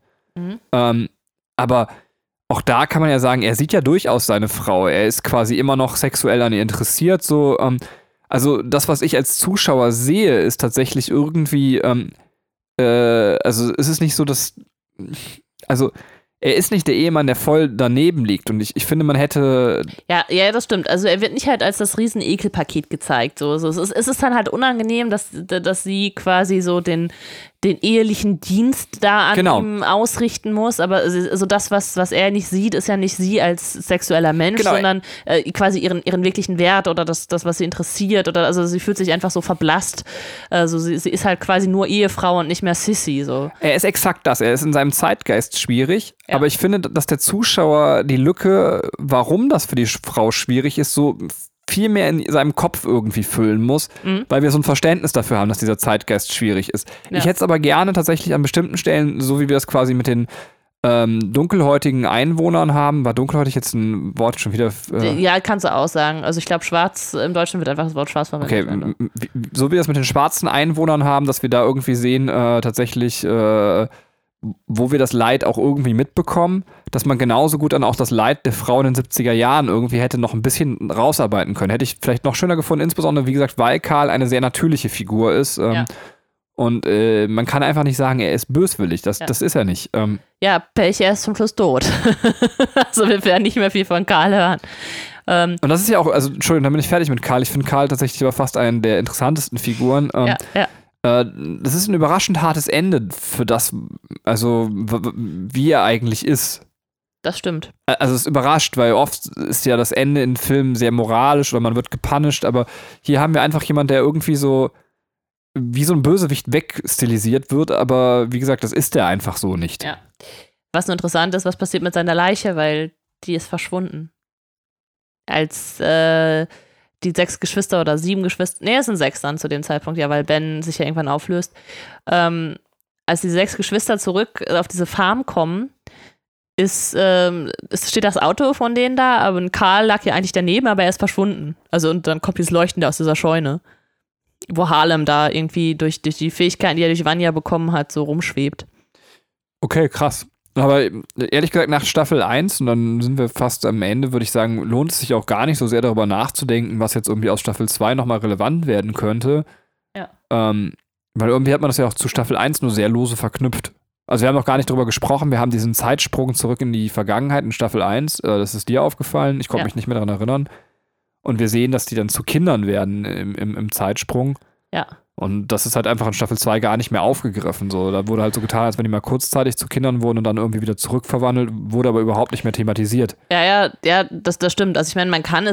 Aber auch da kann man ja sagen, er sieht ja durchaus seine Frau. Er ist quasi immer noch sexuell an ihr interessiert. So, also das, was ich als Zuschauer sehe, ist tatsächlich irgendwie, also es ist nicht so, dass, also er ist nicht der Ehemann, der voll daneben liegt. Und ich finde, man hätte. Ja, das stimmt. Also er wird nicht halt als das riesen Ekelpaket gezeigt. So, es ist dann halt unangenehm, dass sie quasi so den ehelichen Dienst da an ihm ausrichten muss. Aber also das, was er nicht sieht, ist ja nicht sie als sexueller Mensch, sondern quasi ihren wirklichen Wert oder das, was sie interessiert. Oder also sie fühlt sich einfach so verblasst. Also sie ist halt quasi nur Ehefrau und nicht mehr Sissy. So. Er ist exakt das. Er ist in seinem Zeitgeist schwierig. Ja. Aber ich finde, dass der Zuschauer die Lücke, warum das für die Frau schwierig ist, so viel mehr in seinem Kopf irgendwie füllen muss, weil wir so ein Verständnis dafür haben, dass dieser Zeitgeist schwierig ist. Ja. Ich hätte es aber gerne tatsächlich an bestimmten Stellen, so wie wir das quasi mit den dunkelhäutigen Einwohnern haben. War dunkelhäutig jetzt ein Wort schon wieder? Ja, kannst du auch sagen. Also ich glaube, schwarz, im Deutschen wird einfach das Wort schwarz verwendet. Okay, so wie wir das mit den schwarzen Einwohnern haben, dass wir da irgendwie sehen, tatsächlich wo wir das Leid auch irgendwie mitbekommen, dass man genauso gut dann auch das Leid der Frau in den 70er Jahren irgendwie hätte noch ein bisschen rausarbeiten können. Hätte ich vielleicht noch schöner gefunden, insbesondere, wie gesagt, weil Karl eine sehr natürliche Figur ist. Und man kann einfach nicht sagen, er ist böswillig. Das ist er nicht. Ja, Pech, er ist zum Schluss tot. Also wir werden nicht mehr viel von Karl hören. Und das ist ja auch, also Entschuldigung, dann bin ich fertig mit Karl. Ich finde Karl tatsächlich aber fast einen der interessantesten Figuren. Das ist ein überraschend hartes Ende für das, also wie er eigentlich ist. Das stimmt. Also es überrascht, weil oft ist ja das Ende in Filmen sehr moralisch oder man wird gepunished, aber hier haben wir einfach jemanden, der irgendwie so wie so ein Bösewicht wegstilisiert wird, aber wie gesagt, das ist der einfach so nicht. Ja. Was nur interessant ist, was passiert mit seiner Leiche, weil die ist verschwunden. Als die 6 Geschwister oder 7 Geschwister, es sind 6 dann zu dem Zeitpunkt, ja, weil Ben sich ja irgendwann auflöst. Als die 6 Geschwister zurück auf diese Farm kommen, steht das Auto von denen da, aber Karl lag ja eigentlich daneben, aber er ist verschwunden. Also und dann kommt dieses Leuchten da aus dieser Scheune, wo Harlem da irgendwie durch die Fähigkeiten, die er durch Vanya bekommen hat, so rumschwebt. Okay, krass. Aber ehrlich gesagt, nach Staffel 1, und dann sind wir fast am Ende, würde ich sagen, lohnt es sich auch gar nicht so sehr darüber nachzudenken, was jetzt irgendwie aus Staffel 2 nochmal relevant werden könnte. Ja. Weil irgendwie hat man das ja auch zu Staffel 1 nur sehr lose verknüpft. Also wir haben noch gar nicht darüber gesprochen, wir haben diesen Zeitsprung zurück in die Vergangenheit in Staffel 1, das ist dir aufgefallen, ich konnte mich nicht mehr daran erinnern. Und wir sehen, dass die dann zu Kindern werden im Zeitsprung. Ja. Und das ist halt einfach in Staffel 2 gar nicht mehr aufgegriffen. So. Da wurde halt so getan, als wenn die mal kurzzeitig zu Kindern wurden und dann irgendwie wieder zurückverwandelt, wurde aber überhaupt nicht mehr thematisiert. Ja, das stimmt. Also ich meine, man kann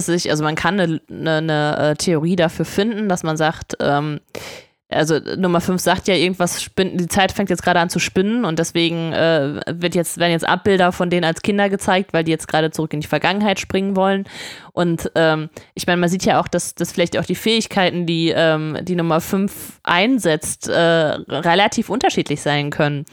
eine Theorie dafür finden, dass man sagt, also Nummer 5 sagt ja irgendwas, die Zeit fängt jetzt gerade an zu spinnen und deswegen werden jetzt Abbilder von denen als Kinder gezeigt, weil die jetzt gerade zurück in die Vergangenheit springen wollen. Und ich meine, man sieht ja auch, dass vielleicht auch die Fähigkeiten, die Nummer 5 einsetzt, relativ unterschiedlich sein können.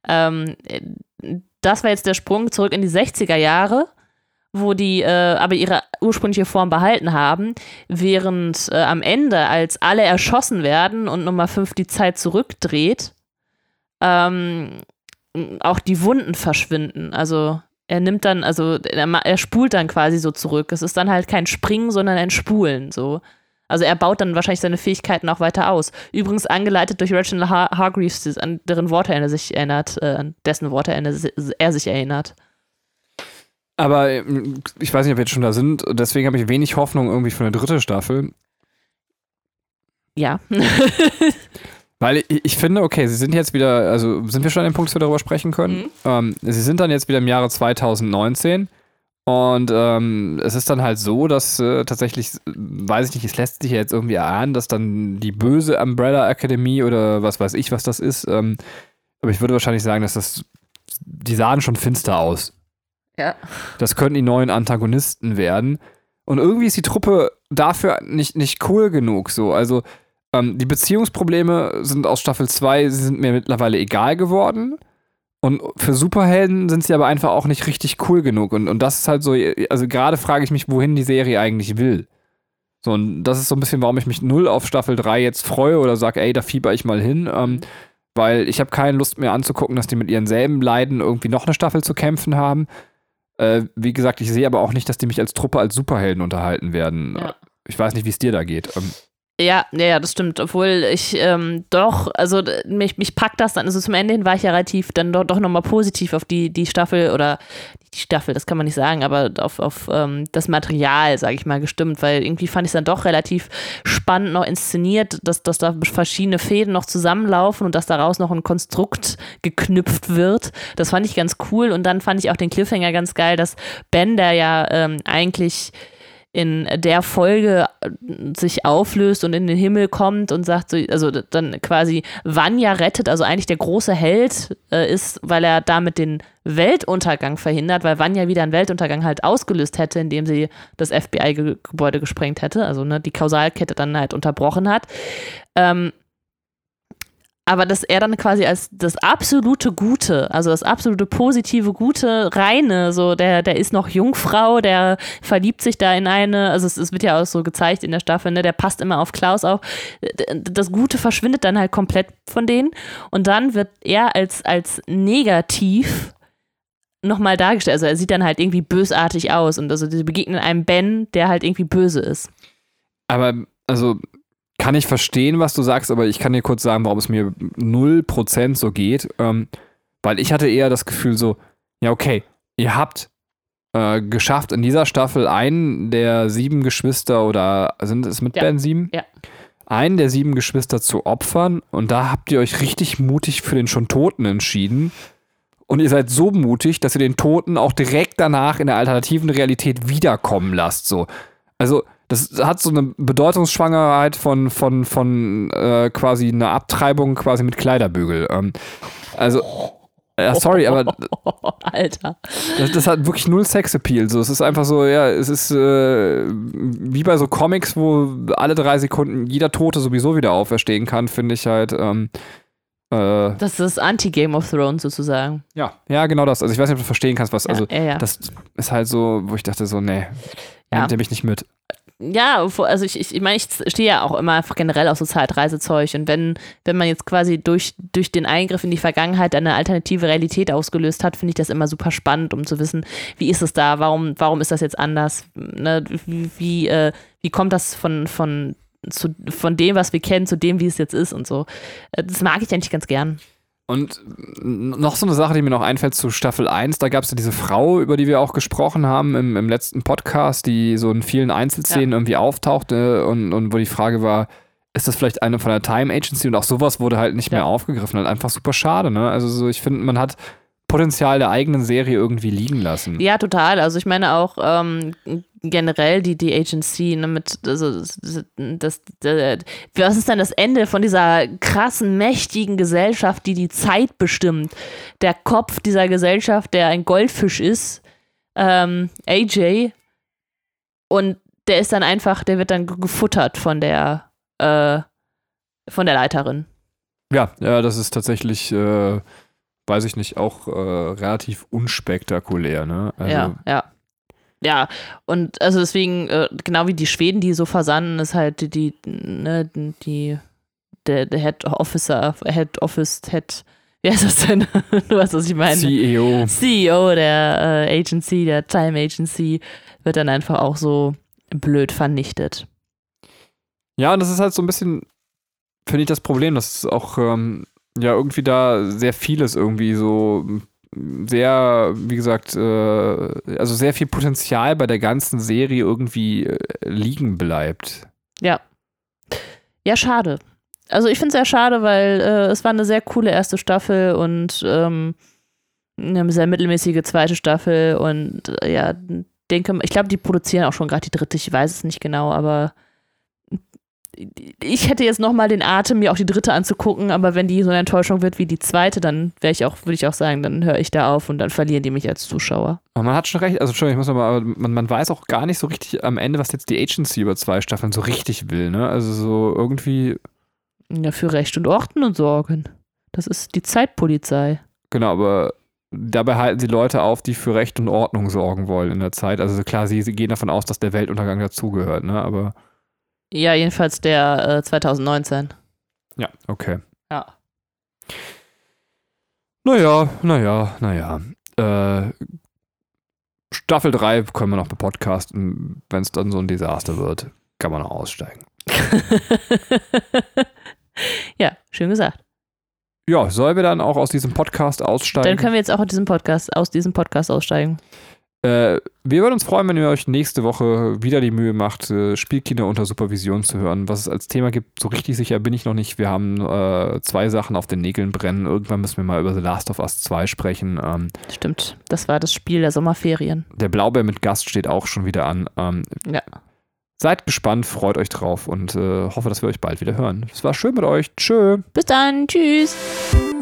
Das war jetzt der Sprung zurück in die 60er Jahre, wo die aber ihre ursprüngliche Form behalten haben, während am Ende, als alle erschossen werden und Nummer 5 die Zeit zurückdreht, auch die Wunden verschwinden. Also er nimmt dann, er spult dann quasi so zurück. Es ist dann halt kein Springen, sondern ein Spulen. So. Also er baut dann wahrscheinlich seine Fähigkeiten auch weiter aus. Übrigens angeleitet durch Reginald Hargreaves, an dessen Worte er sich erinnert. Aber ich weiß nicht, ob wir jetzt schon da sind, deswegen habe ich wenig Hoffnung irgendwie für eine 3. Staffel. Ja. Weil ich finde, okay, sie sind jetzt wieder, also sind wir schon an dem Punkt, dass wir darüber sprechen können? Sie sind dann jetzt wieder im Jahre 2019 und es ist dann halt so, dass tatsächlich, weiß ich nicht, es lässt sich ja jetzt irgendwie erahnen, dass dann die böse Umbrella Academy oder was weiß ich, was das ist, aber ich würde wahrscheinlich sagen, dass die sahen schon finster aus. Ja. Das könnten die neuen Antagonisten werden. Und irgendwie ist die Truppe dafür nicht cool genug, so, also die Beziehungsprobleme sind aus Staffel 2, sie sind mir mittlerweile egal geworden. Und für Superhelden sind sie aber einfach auch nicht richtig cool genug. Und das ist halt so, also gerade frage ich mich, wohin die Serie eigentlich will. So, und das ist so ein bisschen, warum ich mich null auf Staffel 3 jetzt freue oder sage, ey, da fieber ich mal hin. Weil ich habe keine Lust mehr anzugucken, dass die mit ihren selben Leiden irgendwie noch eine Staffel zu kämpfen haben. Wie gesagt, ich sehe aber auch nicht, dass die mich als Truppe als Superhelden unterhalten werden. Ja. Ich weiß nicht, wie es dir da geht. Ja, das stimmt. Obwohl ich doch, also mich packt das dann, also zum Ende hin war ich ja relativ dann doch nochmal positiv auf die Staffel oder die Staffel, das kann man nicht sagen, aber auf das Material, sage ich mal, gestimmt, weil irgendwie fand ich es dann doch relativ spannend noch inszeniert, dass da verschiedene Fäden noch zusammenlaufen und dass daraus noch ein Konstrukt geknüpft wird. Das fand ich ganz cool und dann fand ich auch den Cliffhanger ganz geil, dass Ben, der ja eigentlich in der Folge sich auflöst und in den Himmel kommt und sagt, so, also dann quasi Vanya rettet, also eigentlich der große Held ist, weil er damit den Weltuntergang verhindert, weil Vanya wieder einen Weltuntergang halt ausgelöst hätte, indem sie das FBI-Gebäude gesprengt hätte, also ne, die Kausalkette dann halt unterbrochen hat. Aber dass er dann quasi als das absolute Gute, also das absolute positive, gute, reine, so der ist noch Jungfrau, der verliebt sich da in eine, also es wird ja auch so gezeigt in der Staffel, ne, der passt immer auf Klaus auf. Das Gute verschwindet dann halt komplett von denen und dann wird er als negativ nochmal dargestellt. Also er sieht dann halt irgendwie bösartig aus und also die begegnen einem Ben, der halt irgendwie böse ist. Aber, also kann ich verstehen, was du sagst, aber ich kann dir kurz sagen, warum es mir 0% so geht. Weil ich hatte eher das Gefühl so, ja okay, ihr habt geschafft, in dieser Staffel einen der 7 Geschwister oder sind es mit Ben 7? Ja. Einen der 7 Geschwister zu opfern und da habt ihr euch richtig mutig für den schon Toten entschieden. Und ihr seid so mutig, dass ihr den Toten auch direkt danach in der alternativen Realität wiederkommen lasst. So. Also das hat so eine Bedeutungsschwangerheit von quasi einer Abtreibung quasi mit Kleiderbügel. Sorry, aber Alter. Das hat wirklich null Sexappeal. So, es ist einfach so, ja, es ist wie bei so Comics, wo alle 3 Sekunden jeder Tote sowieso wieder auferstehen kann, finde ich halt. Das ist Anti-Game of Thrones sozusagen. Ja, genau das. Also ich weiß nicht, ob du verstehen kannst, was. Ja, also ja. Das ist halt so, wo ich dachte so, nee, nimmt ihr mich nicht mit. Ja, also ich meine, ich stehe ja auch immer einfach generell auf so Zeitreisezeug und wenn man jetzt quasi durch den Eingriff in die Vergangenheit eine alternative Realität ausgelöst hat, finde ich das immer super spannend, um zu wissen, wie ist es da, warum ist das jetzt anders, ne? Wie kommt das von dem, was wir kennen, zu dem, wie es jetzt ist und so. Das mag ich eigentlich ganz gern. Und noch so eine Sache, die mir noch einfällt zu Staffel 1, da gab es ja diese Frau, über die wir auch gesprochen haben im letzten Podcast, die so in vielen Einzelszenen irgendwie auftauchte und wo die Frage war, ist das vielleicht eine von der Time Agency? Und auch sowas wurde halt nicht mehr aufgegriffen. Halt einfach super schade, ne? Also so, ich finde, man hat Potenzial der eigenen Serie irgendwie liegen lassen. Ja, total. Also ich meine auch generell die Agency, ne, mit also was ist dann das Ende von dieser krassen, mächtigen Gesellschaft, die Zeit bestimmt? Der Kopf dieser Gesellschaft, der ein Goldfisch ist, AJ, und der ist dann einfach, der wird dann gefuttert von der Leiterin. Ja, das ist tatsächlich weiß ich nicht, auch relativ unspektakulär, ne? Also, ja, und also deswegen, genau wie die Schweden, die so versanden, ist halt der Head Office, wie heißt das denn? Du weißt, was ich meine. CEO der Agency, der Time Agency, wird dann einfach auch so blöd vernichtet. Ja, und das ist halt so ein bisschen, finde ich, das Problem, dass es auch irgendwie da sehr vieles irgendwie so sehr, wie gesagt, also sehr viel Potenzial bei der ganzen Serie irgendwie liegen bleibt. Ja. Ja, schade. Also ich finde es sehr schade, weil es war eine sehr coole erste Staffel und eine sehr mittelmäßige zweite Staffel und ich glaube, die produzieren auch schon gerade die dritte, ich weiß es nicht genau, aber ich hätte jetzt nochmal den Atem, mir auch die dritte anzugucken, aber wenn die so eine Enttäuschung wird wie die zweite, dann würde ich auch sagen, dann höre ich da auf und dann verlieren die mich als Zuschauer. Aber man hat schon recht, also Entschuldigung, man weiß auch gar nicht so richtig am Ende, was jetzt die Agency über 2 Staffeln so richtig will, ne? Also so irgendwie. Ja, für Recht und Ordnung und Sorgen. Das ist die Zeitpolizei. Genau, aber dabei halten sie Leute auf, die für Recht und Ordnung sorgen wollen in der Zeit. Also klar, sie gehen davon aus, dass der Weltuntergang dazugehört, ne? Aber. Ja, jedenfalls der 2019. Ja, okay. Ja. Naja. Staffel 3 können wir noch bepodcasten. Wenn es dann so ein Desaster wird, kann man auch aussteigen. Ja, schön gesagt. Ja, sollen wir dann auch aus diesem Podcast aussteigen? Dann können wir jetzt auch aus diesem Podcast aussteigen. Wir würden uns freuen, wenn ihr euch nächste Woche wieder die Mühe macht, Spielkinder unter Supervision zu hören. Was es als Thema gibt, so richtig sicher bin ich noch nicht. Wir haben 2 Sachen auf den Nägeln brennen. Irgendwann müssen wir mal über The Last of Us 2 sprechen. Stimmt, das war das Spiel der Sommerferien. Der Blaubeer mit Gast steht auch schon wieder an. Ja. Seid gespannt, freut euch drauf und hoffe, dass wir euch bald wieder hören. Es war schön mit euch. Tschö. Bis dann. Tschüss.